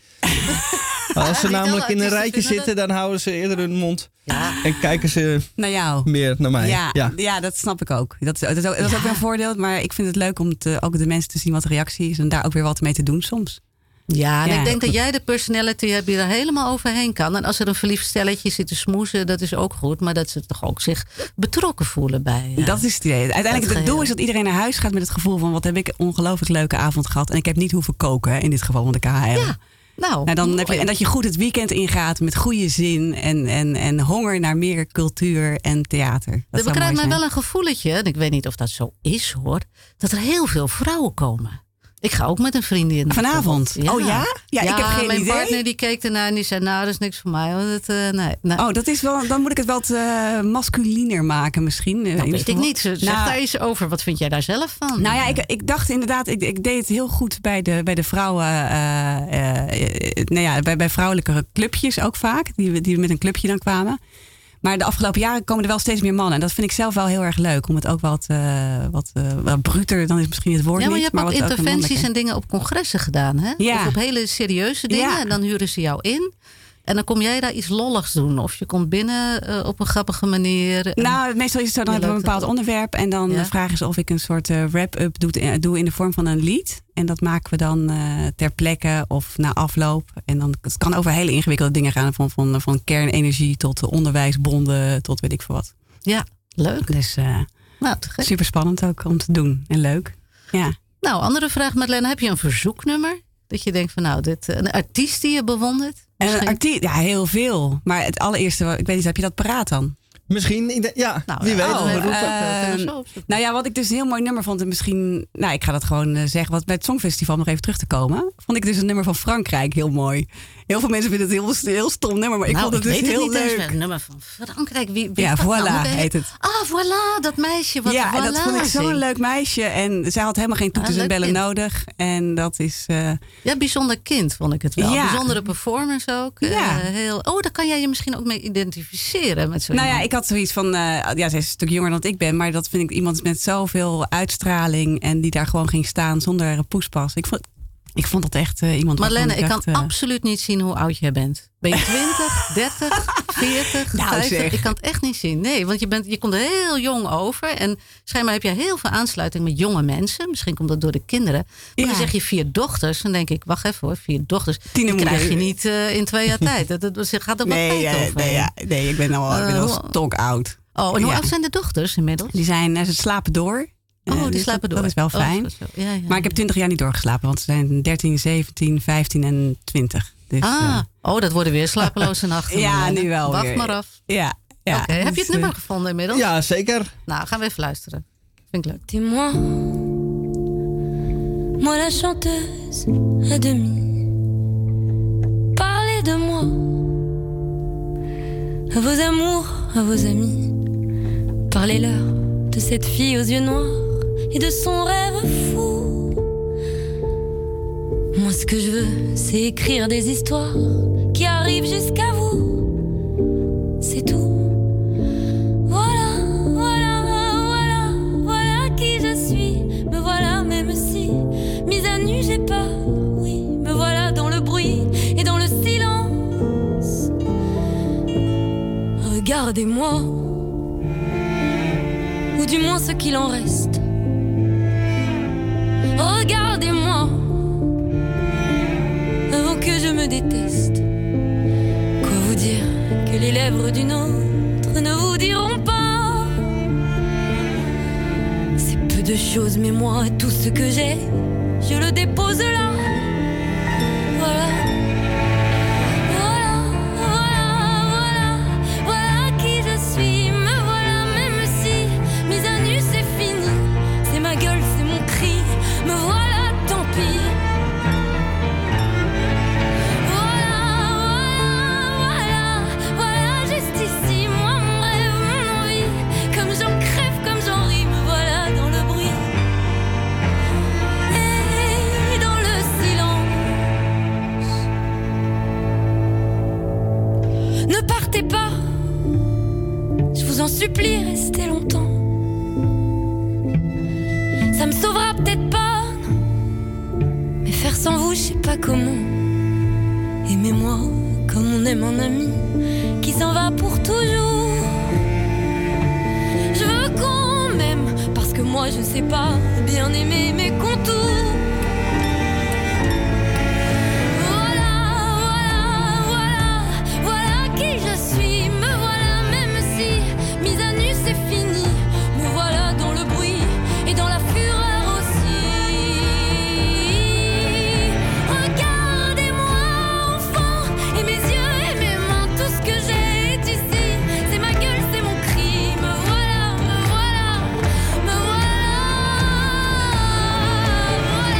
Als ze namelijk in een rijtje zitten, dan houden ze eerder hun mond. Ja. En kijken ze naar jou. Meer naar mij. Ja, dat snap ik ook. Dat is ook wel een voordeel. Maar ik vind het leuk om ook de mensen te zien wat de reactie is. En daar ook weer wat mee te doen soms. Ja, en ik denk dat jij de personality hebt die er helemaal overheen kan. En als er een verliefd stelletje zit te smoezen, dat is ook goed. Maar dat ze toch ook zich betrokken voelen bij. Dat is het idee. Uiteindelijk het doel is dat iedereen naar huis gaat met het gevoel van... wat heb ik een ongelooflijk leuke avond gehad. En ik heb niet hoeven koken, in dit geval van de KHL. Ja. Nou, dan heb je, en dat je goed het weekend ingaat met goede zin en honger naar meer cultuur en theater. We krijgen mij wel een gevoeletje, en ik weet niet of dat zo is hoor, dat er heel veel vrouwen komen. Ik ga ook met een vriendin. Vanavond? Ja. Oh ja? Ja, ik heb geen mijn idee. partner die keek ernaar en die zei, nou, dat is niks voor mij. Want nee. Oh, dat is wel, dan moet ik het wat masculiner maken misschien. Dat weet ik niet. Zeg daar eens over. Wat vind jij daar zelf van? Nou ja, ik dacht inderdaad, ik deed het heel goed bij de vrouwen. Bij vrouwelijke clubjes ook vaak. Die met een clubje dan kwamen. Maar de afgelopen jaren komen er wel steeds meer mannen. En dat vind ik zelf wel heel erg leuk. Om het ook wat bruter, dan is misschien het woord niet. Ja, maar je hebt ook wat interventies en dingen op congressen gedaan. Hè? Ja. Of op hele serieuze dingen. Ja. En dan huren ze jou in. En dan kom jij daar iets lolligs doen. Of je komt binnen op een grappige manier. Nou, meestal is het zo, dan hebben we een bepaald onderwerp. En dan vragen ze of ik een soort wrap-up doe in de vorm van een lied. En dat maken we dan ter plekke of na afloop. En dan, het kan over hele ingewikkelde dingen gaan. Van kernenergie tot onderwijsbonden tot weet ik veel wat. Ja, leuk. Dus super spannend ook om te doen. En leuk. Ja. Nou, andere vraag, Madeleine. Heb je een verzoeknummer? Dat je denkt van een artiest die je bewondert? Een artiest, ja, heel veel. Maar het allereerste, ik weet niet, heb je dat paraat dan? Misschien, wie weet. Nou ja, wat ik dus een heel mooi nummer vond. En misschien, ik ga dat gewoon zeggen. Wat bij het Songfestival nog even terug te komen. Vond ik dus een nummer van Frankrijk heel mooi. Heel veel mensen vinden het een heel stom nummer. Maar ik vond het dus heel leuk. Het nummer van Frankrijk. Wie ja, Voilà heet het. Ah, Voilà, dat meisje. En dat vond ik zo'n leuk meisje. En zij had helemaal geen toeters en bellen nodig. En dat is... Ja, bijzonder kind vond ik het wel. Ja. Bijzondere performance ook. Ja. Daar kan jij je misschien ook mee identificeren. Met zo'n ik had zoiets van... zij is een stuk jonger dan ik ben. Maar dat vind ik iemand met zoveel uitstraling. En die daar gewoon ging staan zonder poespas. Ik vond dat echt iemand... Madeleine, ik kan absoluut niet zien hoe oud jij bent. Ben je 20, 30, 40, 50? Zeg. Ik kan het echt niet zien. Nee, want je komt er heel jong over. En schijnbaar heb je heel veel aansluiting met jonge mensen. Misschien komt dat door de kinderen. Maar dan zeg je 4 dochters. Dan denk ik, wacht even hoor, 4 dochters. Die krijg je niet in 2 jaar tijd. Dat gaat er wat tijd over. Nee, ik ben al stok oud. Oh, en hoe oud zijn de dochters inmiddels? Ze slapen door. Die slapen door. Dat is wel fijn. Maar ik heb 20 jaar niet doorgeslapen. Want ze zijn 13, 17, 15 en 20. Dus, dat worden weer slapeloze nachten. Ja, nu wel Wacht weer. maar af. Ja. Oké, heb je het nummer gevonden inmiddels? Ja, zeker. Nou, gaan we even luisteren. Vind ik leuk. Dis-moi, moi la chanteuse à demi. Parlez de moi, à vos amours, à vos amis. Parlez-leur de cette fille aux yeux noirs et de son rêve fou. Moi, ce que je veux, c'est écrire des histoires qui arrivent jusqu'à vous. C'est tout. Voilà, voilà, voilà, voilà qui je suis. Me voilà, même si mise à nu, j'ai peur. Oui, me voilà dans le bruit et dans le silence. Regardez-moi, ou du moins ce qu'il en reste. Regardez-moi, avant que je me déteste. Quoi vous dire que les lèvres d'une autre ne vous diront pas? C'est peu de choses, mais moi, tout ce que j'ai, je le dépose là. Voilà. Voilà, voilà, voilà, voilà qui je suis. Me voilà, même si mise à nu, c'est fini. C'est ma gueule, c'est mon cri. Me voilà, tant pis. Voilà, voilà, voilà, voilà, juste ici. Moi, mon rêve, mon envie. Comme j'en crève, comme j'en ris. Me voilà dans le bruit et dans le silence. Ne partez pas, je vous en supplie, restez longtemps. Ça me sauvera peut-être pas, non. Mais faire sans vous, je sais pas comment. Aimez-moi comme on aime un ami qui s'en va pour toujours. Je veux qu'on m'aime parce que moi je sais pas bien aimer mes contours. Voilà, voilà, voilà, voilà qui je suis. Me voilà même si mise à nu c'est fini. Me voilà dans le bruit et dans la fureur aussi. Regardez-moi enfant et mes yeux et mes mains. Tout ce que j'ai est ici. C'est ma gueule, c'est mon cri. Me voilà, me voilà, me voilà.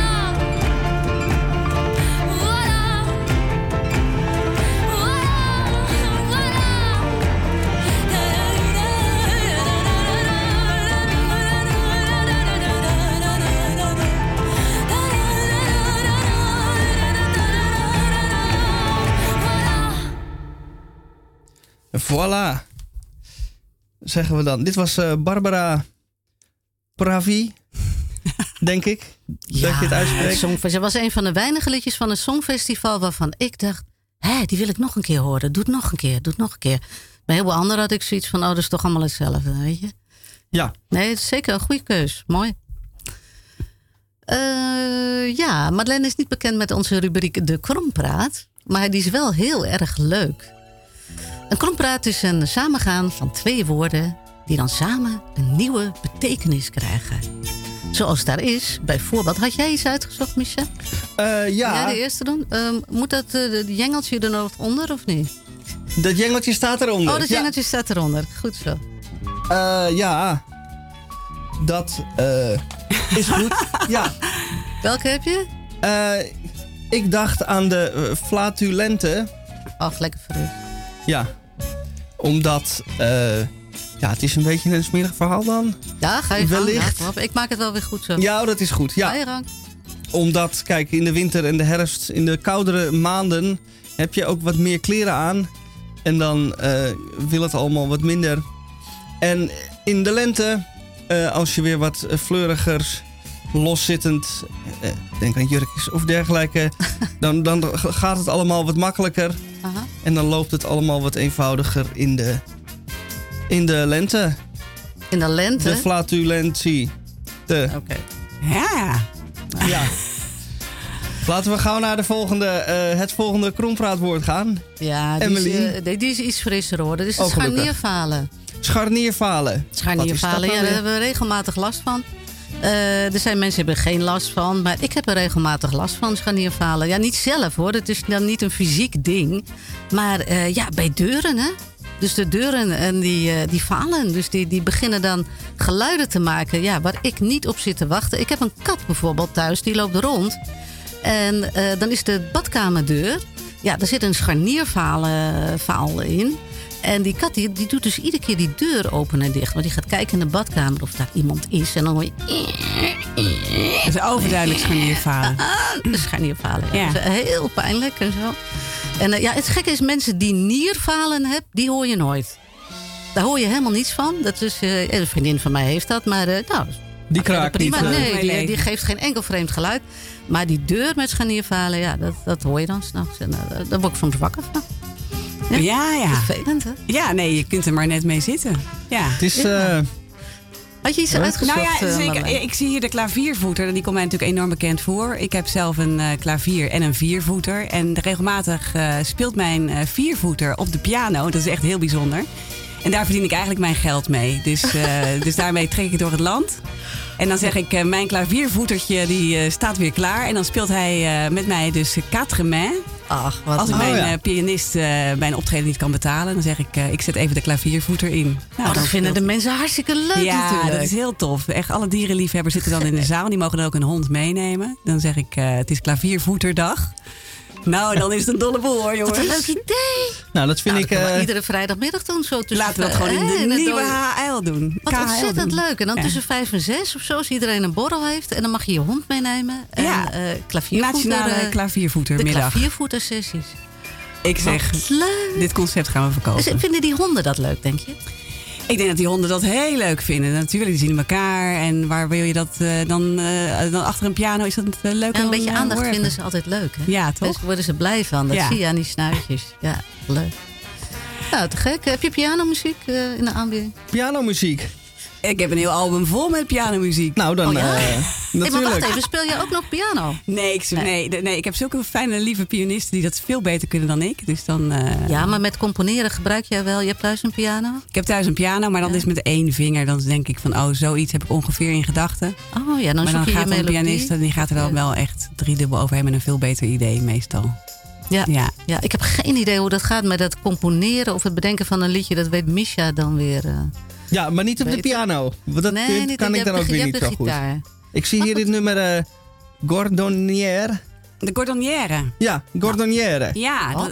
Voilà. Zeggen we dan. Dit was Barbara Pravi, denk ik. Dat je het uitspreekt. Het was een van de weinige liedjes van een songfestival waarvan ik dacht, die wil ik nog een keer horen. Doe het nog een keer. Bij heel veel anderen had ik zoiets van, dat is toch allemaal hetzelfde, weet je? Ja. Nee, het is zeker een goede keus. Mooi. Madeleine is niet bekend met onze rubriek De Krompraat. Maar die is wel heel erg leuk. Een krompraat is een samengaan van 2 woorden die dan samen een nieuwe betekenis krijgen. Zoals daar is, bijvoorbeeld. Had jij iets uitgezocht, Micha? Ja. De eerste doen? Moet dat jengeltje er nog onder of niet? Dat jengeltje staat eronder. Oh, dat jengeltje staat eronder. Goed zo. Ja. Dat is goed. Ja. Welke heb je? Ik dacht aan de flatulente. Lekker fris. Ja. Omdat... het is een beetje een smerig verhaal dan. Ja, ga je wellicht. gang. Ik maak het wel weer goed zo. Ja, dat is goed. Ja. Ga je gang. Omdat, kijk, in de winter en de herfst, in de koudere maanden, heb je ook wat meer kleren aan. En dan wil het allemaal wat minder. En in de lente, als je weer wat fleurigers, loszittend, denk aan jurkjes of dergelijke, dan gaat het allemaal wat makkelijker. Aha. En dan loopt het allemaal wat eenvoudiger in de lente. In de lente? De flatulentie. Oké. Ja. Ja. Laten we gauw naar het volgende krompraatwoord gaan. Ja, die is iets frisser hoor. Dat is het scharnierfalen. Scharnierfalen. Scharnierfalen, daar hebben we regelmatig last van. Er zijn mensen die hebben er geen last van. Maar ik heb er regelmatig last van, scharnierfalen. Ja, niet zelf hoor. Het is dan niet een fysiek ding. Maar bij deuren hè. Dus de deuren en die falen. Dus die beginnen dan geluiden te maken waar ik niet op zit te wachten. Ik heb een kat bijvoorbeeld thuis, die loopt rond. En dan is de badkamerdeur. Ja, daar zit een scharniervaal in. En die kat die doet dus iedere keer die deur open en dicht. Want die gaat kijken in de badkamer of daar iemand is. En dan hoor je... Dat is overduidelijk scharnierfalen. Scharnierfalen, ja. Ja. Dat is heel pijnlijk en zo. En het gekke is, mensen die nierfalen hebben, die hoor je nooit. Daar hoor je helemaal niets van. Dat is, een vriendin van mij heeft dat, maar die kraakt prima. niet. Nee, die geeft geen enkel vreemd geluid. Maar die deur met scharnierfalen, dat hoor je dan s'nachts. En daar word ik soms wakker van. Ja. Vervelend, hè? Ja, nee, je kunt er maar net mee zitten. Ja. Het is... Had je iets uitgezocht? Nou ja, zeker. Ik zie hier de klaviervoeter. Die komt mij natuurlijk enorm bekend voor. Ik heb zelf een klavier en een viervoeter. En regelmatig speelt mijn viervoeter op de piano. Dat is echt heel bijzonder. En daar verdien ik eigenlijk mijn geld mee. Dus daarmee trek ik door het land. En dan zeg ik, mijn klaviervoetertje die staat weer klaar. En dan speelt hij met mij dus quatre mains. Ach, wat als ik mijn pianist bij een optreden niet kan betalen, dan zeg ik zet even de klaviervoeter in. Nou, dat vinden de mensen hartstikke leuk natuurlijk. Ja, dat is heel tof. Echt, alle dierenliefhebbers zitten dan in de zaal. Die mogen dan ook een hond meenemen. Dan zeg ik, het is klaviervoeterdag. Nou, dan is het een dolle boel hoor, jongens. Wat een leuk idee. Nou, dat vind ik... iedere vrijdagmiddag doen. Zo laten we dat gewoon in de nieuwe HL doen. Wat ontzettend leuk. En dan tussen 5 en 6 of zo, als iedereen een borrel heeft. En dan mag je je hond meenemen. En, klaviervoeter, nationale klaviervoetermiddag. De klaviervoetersessies. Ik zeg, dit concept gaan we verkopen. Dus vinden die honden dat leuk, denk je? Ik denk dat die honden dat heel leuk vinden. Natuurlijk, die zien elkaar. En waar wil je dat dan achter een piano? Is dat leuk? En een beetje aandacht vinden ze altijd leuk. Hè? Ja, toch? Dus worden ze blij van. Dat zie je aan die snuitjes. Ja, leuk. Nou, te gek. Heb je pianomuziek in de aanbieding? Pianomuziek? Ik heb een heel album vol met pianomuziek. Nou, dan natuurlijk. Maar wacht even, speel je ook nog piano? Nee, ik heb zulke fijne, lieve pianisten die dat veel beter kunnen dan ik. Dus dan, Ja, maar met componeren gebruik jij wel... Je hebt thuis een piano? Ik heb thuis een piano, maar dan is met 1 vinger. Dan denk ik van, zoiets heb ik ongeveer in gedachten. Oh ja, dan zoek je gaat je een pianist en die gaat er dan wel echt 3-dubbel overheen met een veel beter idee meestal. Ja, ik heb geen idee hoe dat gaat met het componeren of het bedenken van een liedje. Dat weet Misha dan weer... Ja, maar niet op de piano. Dat kan ik dan ook weer niet zo goed. Ik zie hier dit nummer Gordonière. De Gordonière? Ja, Gordonière. Ja,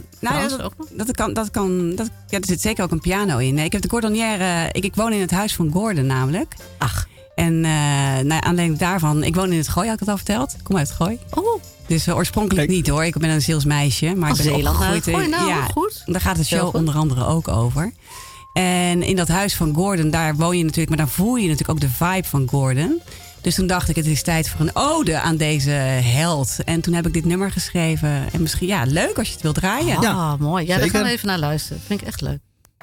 er zit zeker ook een piano in. Nee, ik heb de Gordonière... Ik woon in het huis van Gordon namelijk. Ach. En aanleiding daarvan, ik woon in het Gooi, had ik het al verteld. Ik kom uit het Gooi. Oh. Dus oorspronkelijk niet hoor. Ik ben een Zeeuws meisje. Maar ik ben Zeeland opgegroeid in. Goed. Daar gaat de show onder andere ook over. En in dat huis van Gordon, daar woon je natuurlijk, maar dan voel je natuurlijk ook de vibe van Gordon. Dus toen dacht ik, het is tijd voor een ode aan deze held. En toen heb ik dit nummer geschreven. En misschien, leuk als je het wilt draaien. Ja, mooi. Ja, daar gaan we even naar luisteren. Vind ik echt leuk.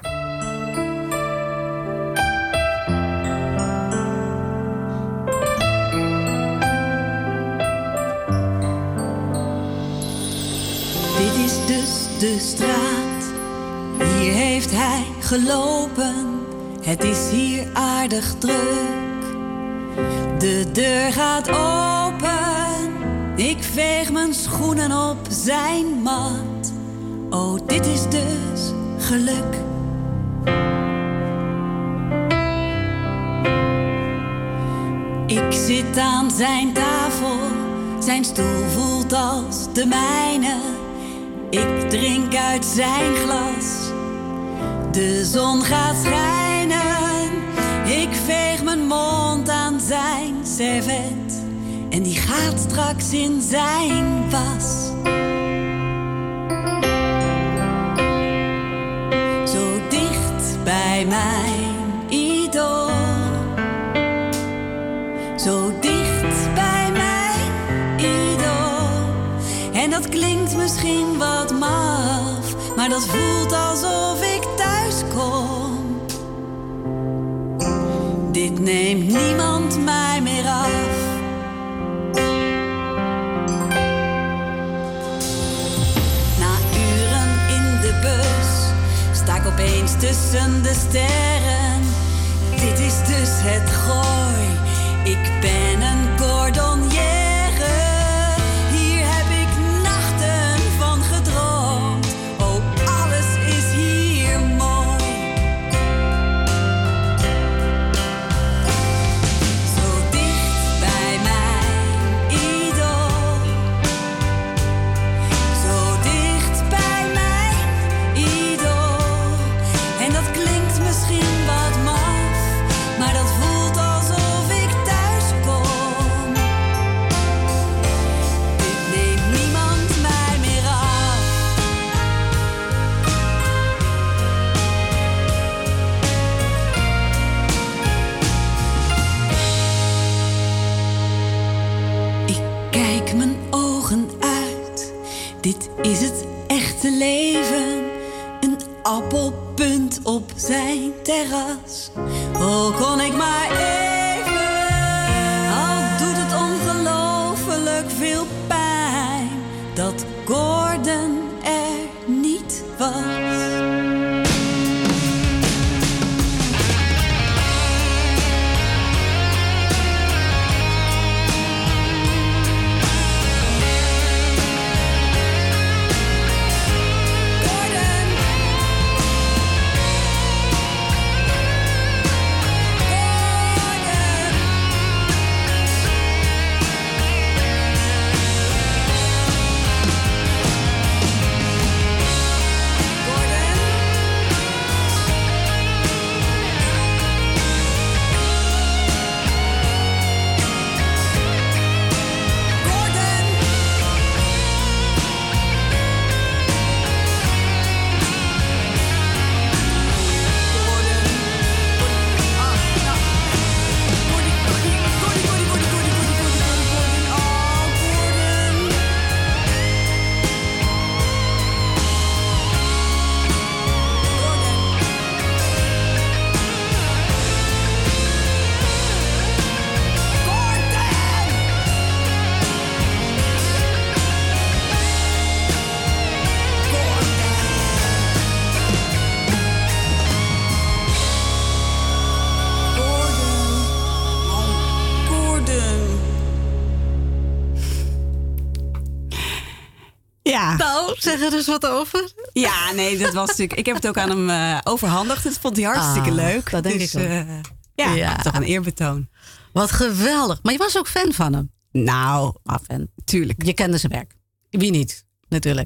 Dit is dus de straat. Hier heeft hij gelopen. Het is hier aardig druk. De deur gaat open. Ik veeg mijn schoenen op zijn mat. Oh, dit is dus geluk. Ik zit aan zijn tafel. Zijn stoel voelt als de mijne. Ik drink uit zijn glas. De zon gaat schijnen. Ik veeg mijn mond aan zijn servet. En die gaat straks in zijn was. Zo dicht bij mijn idool. Zo dicht bij mijn idool. En dat klinkt misschien wat maf, maar dat voelt alsof ik thuis kom. Dit neemt niemand mij meer af. Na uren in de bus sta ik opeens tussen de sterren. Dit is dus het Gooi. Ik ben een cordonnière. Hier heb ik nachten van gedroomd. Oh, alles is hier mooi. Zo dicht bij mijn idool. Zo dicht bij mijn idool. En dat klinkt misschien wat maf, maar dat voelt alsof ik thuis kom. Dit neemt niemand mij meer af. Ik kijk mijn ogen uit. Dit is het echte leven. Een appelpunt op zijn terras. Oh, kon ik maar even. Al doet het ongelooflijk veel pijn dat Gordon er niet was. Ja. Nou, zeg er dus wat over. Ja, nee, dat was natuurlijk. Ik heb het ook aan hem overhandigd. Dat vond hij hartstikke leuk. Dat denk dus, ik ook. Ja, toch een eerbetoon. Wat geweldig. Maar je was ook fan van hem. Nou, fan. Tuurlijk. Je kende zijn werk. Wie niet, natuurlijk.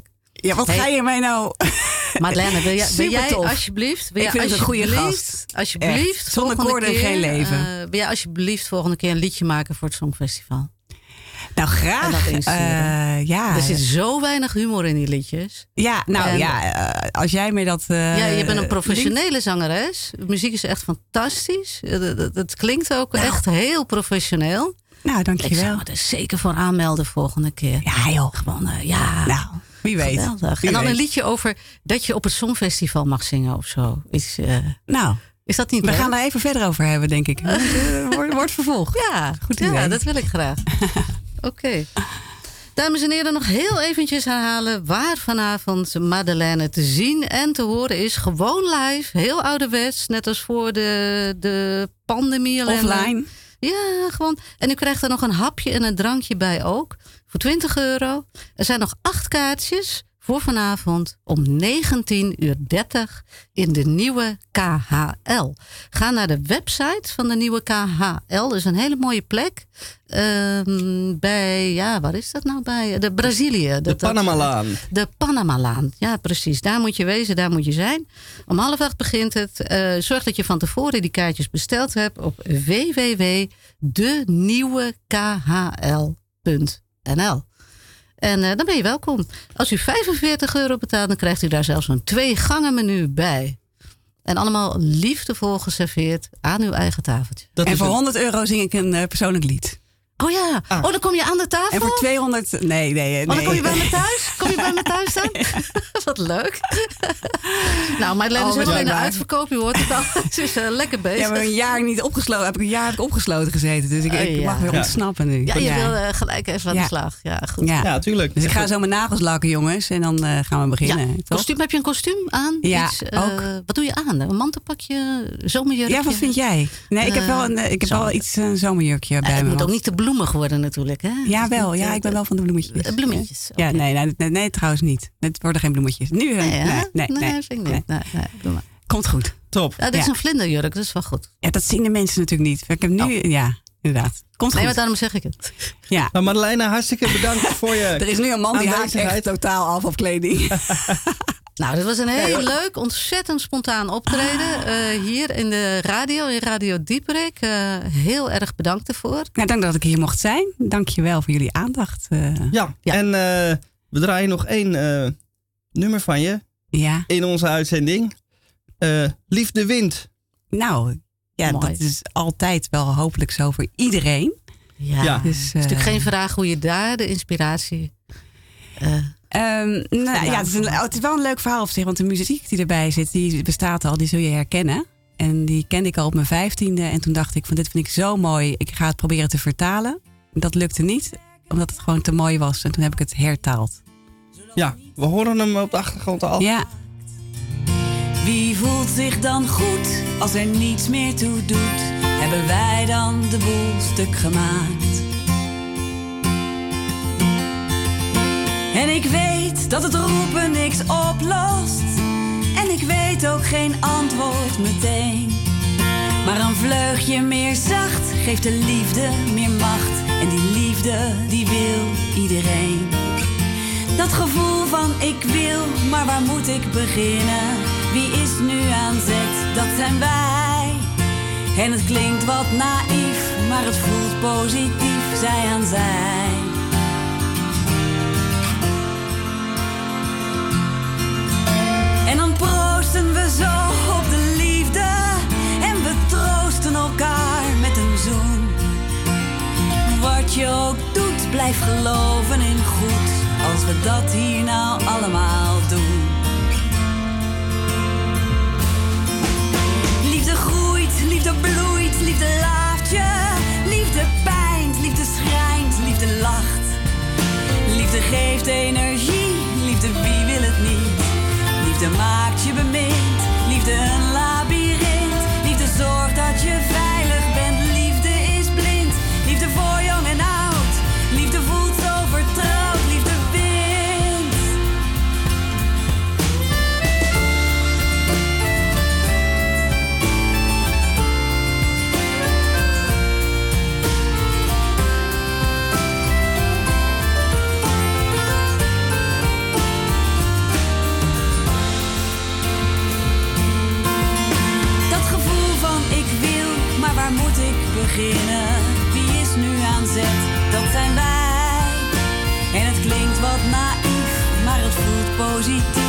Ja, wat ga je mij nou... Madeleine, wil jij tof. alsjeblieft... Ik vind het een goede gast. Alsjeblieft. Echt. Zonder koorden geen leven. Wil jij alsjeblieft volgende keer een liedje maken voor het Songfestival? Nou, graag. En dat insturen. Ja. Er zit zo weinig humor in die liedjes. Ja, nou als jij mij dat... je bent een professionele zangeres. De muziek is echt fantastisch. Het klinkt ook echt heel professioneel. Nou, dankjewel. Ik zou me er zeker voor aanmelden volgende keer. Ja, joh. Gewoon, Nou, wie weet. Geweldig. En dan een liedje over dat je op het Songfestival mag zingen of zo. Nou... Is dat niet We leuk? gaan daar even verder over hebben, denk ik. Wordt vervolgd. Ja, goed idee. Ja, dat wil ik graag. Oké. Dames en heren, nog heel eventjes herhalen waar vanavond Madeleine te zien en te horen is. Gewoon live, heel ouderwets, net als voor de pandemie. Offline. Ja, gewoon. En u krijgt er nog een hapje en een drankje bij ook. Voor €20. Er zijn nog 8 kaartjes voor vanavond om 19:30 in de nieuwe KHL. Ga naar de website van de nieuwe KHL. Dat is een hele mooie plek. Waar is dat nou? Bij de Brazilië. De Panamalaan. De Panamalaan, ja precies. Daar moet je wezen, daar moet je zijn. Om 7:30 begint het. Zorg dat je van tevoren die kaartjes besteld hebt op www.denieuwekhl.nl. En dan ben je welkom. Als u €45 betaalt, dan krijgt u daar zelfs een 2-gangen menu bij. En allemaal liefdevol geserveerd aan uw eigen tafeltje. En voor €100 zing ik een persoonlijk lied. Oh ja, dan kom je aan de tafel. En voor 200... Nee. Dan kom je bij me thuis? Kom je bij me thuis dan? Wat leuk. Nou, Madeleine is helemaal in de uitverkoop. U hoort het al. Ze is lekker bezig. Ja, maar een jaar niet opgesloten. Heb ik een jaar opgesloten gezeten. Dus ik mag weer ontsnappen nu. Ja, je wil gelijk even aan de slag. Ja, goed. Ja, tuurlijk. Dus ik ga zo mijn nagels lakken, jongens. En dan gaan we beginnen. Ja. Kostuum, heb je een kostuum aan? Ja, ook. Wat doe je aan? Een mantelpakje? Zomerjurkje? Ja, wat vind jij? Nee, ik heb wel een zomerjurkje bij me. Het moet ook niet te bloemig worden natuurlijk, hè? Ja, wel. Ja, ik ben wel van de bloemetjes. Bloemetjes. Ja, nee, trouwens niet. Het worden geen bloemetjes. Nu, nee. Komt goed. Top. Ja, dit is een vlinderjurk, dat is wel goed. Ja, dat zien de mensen natuurlijk niet. Ik heb nu, ja, inderdaad. Komt goed. Maar daarom zeg ik het. Ja. Nou, Madeleine, hartstikke bedankt voor je Er is nu een man die haakt echt totaal af op kleding. Nou, dit was een heel leuk, ontzettend spontaan optreden. Hier in de radio, in Radio Dieperik. Heel erg bedankt ervoor. Nou, dank dat ik hier mocht zijn. Dank je wel voor jullie aandacht. Ja, en we draaien nog 1 nummer van je in onze uitzending. Liefde wint. Nou, ja, mooi. Dat is altijd wel hopelijk zo voor iedereen. Ja. Dus, het is natuurlijk geen vraag hoe je daar de inspiratie... het is wel een leuk verhaal op zich. Want de muziek die erbij zit, die bestaat al. Die zul je herkennen. En die kende ik al op mijn 15e. En toen dacht ik van dit vind ik zo mooi. Ik ga het proberen te vertalen. Dat lukte niet. Omdat het gewoon te mooi was. En toen heb ik het hertaald. Ja, we horen hem op de achtergrond al. Ja. Wie voelt zich dan goed als er niets meer toe doet? Hebben wij dan de boel stuk gemaakt? En ik weet dat het roepen niks oplost. En ik weet ook geen antwoord meteen. Maar een vleugje meer zacht geeft de liefde meer macht. En die liefde die wil iedereen. Dat gevoel van ik wil, maar waar moet ik beginnen? Wie is nu aan zet? Dat zijn wij. En het klinkt wat naïef, maar het voelt positief, zij aan zij. En dan proosten we zo op de liefde. En we troosten elkaar met een zoen. Wat je ook doet, blijf geloven in goed. Als we dat hier nou allemaal doen. Liefde groeit, liefde bloeit, liefde laaft je. Liefde pijnt, liefde schrijnt, liefde lacht. Liefde geeft energie, liefde wie wil het niet. Liefde maakt je bemind, liefde een labyrint. Liefde zorgt dat je veilig bent, liefde is blind. Liefde voor jong en oud, liefde voelt zo vertrouwd, liefde wint. beginnen. Wie is nu aan zet? Dat zijn wij. En het klinkt wat naïef, maar het voelt positief.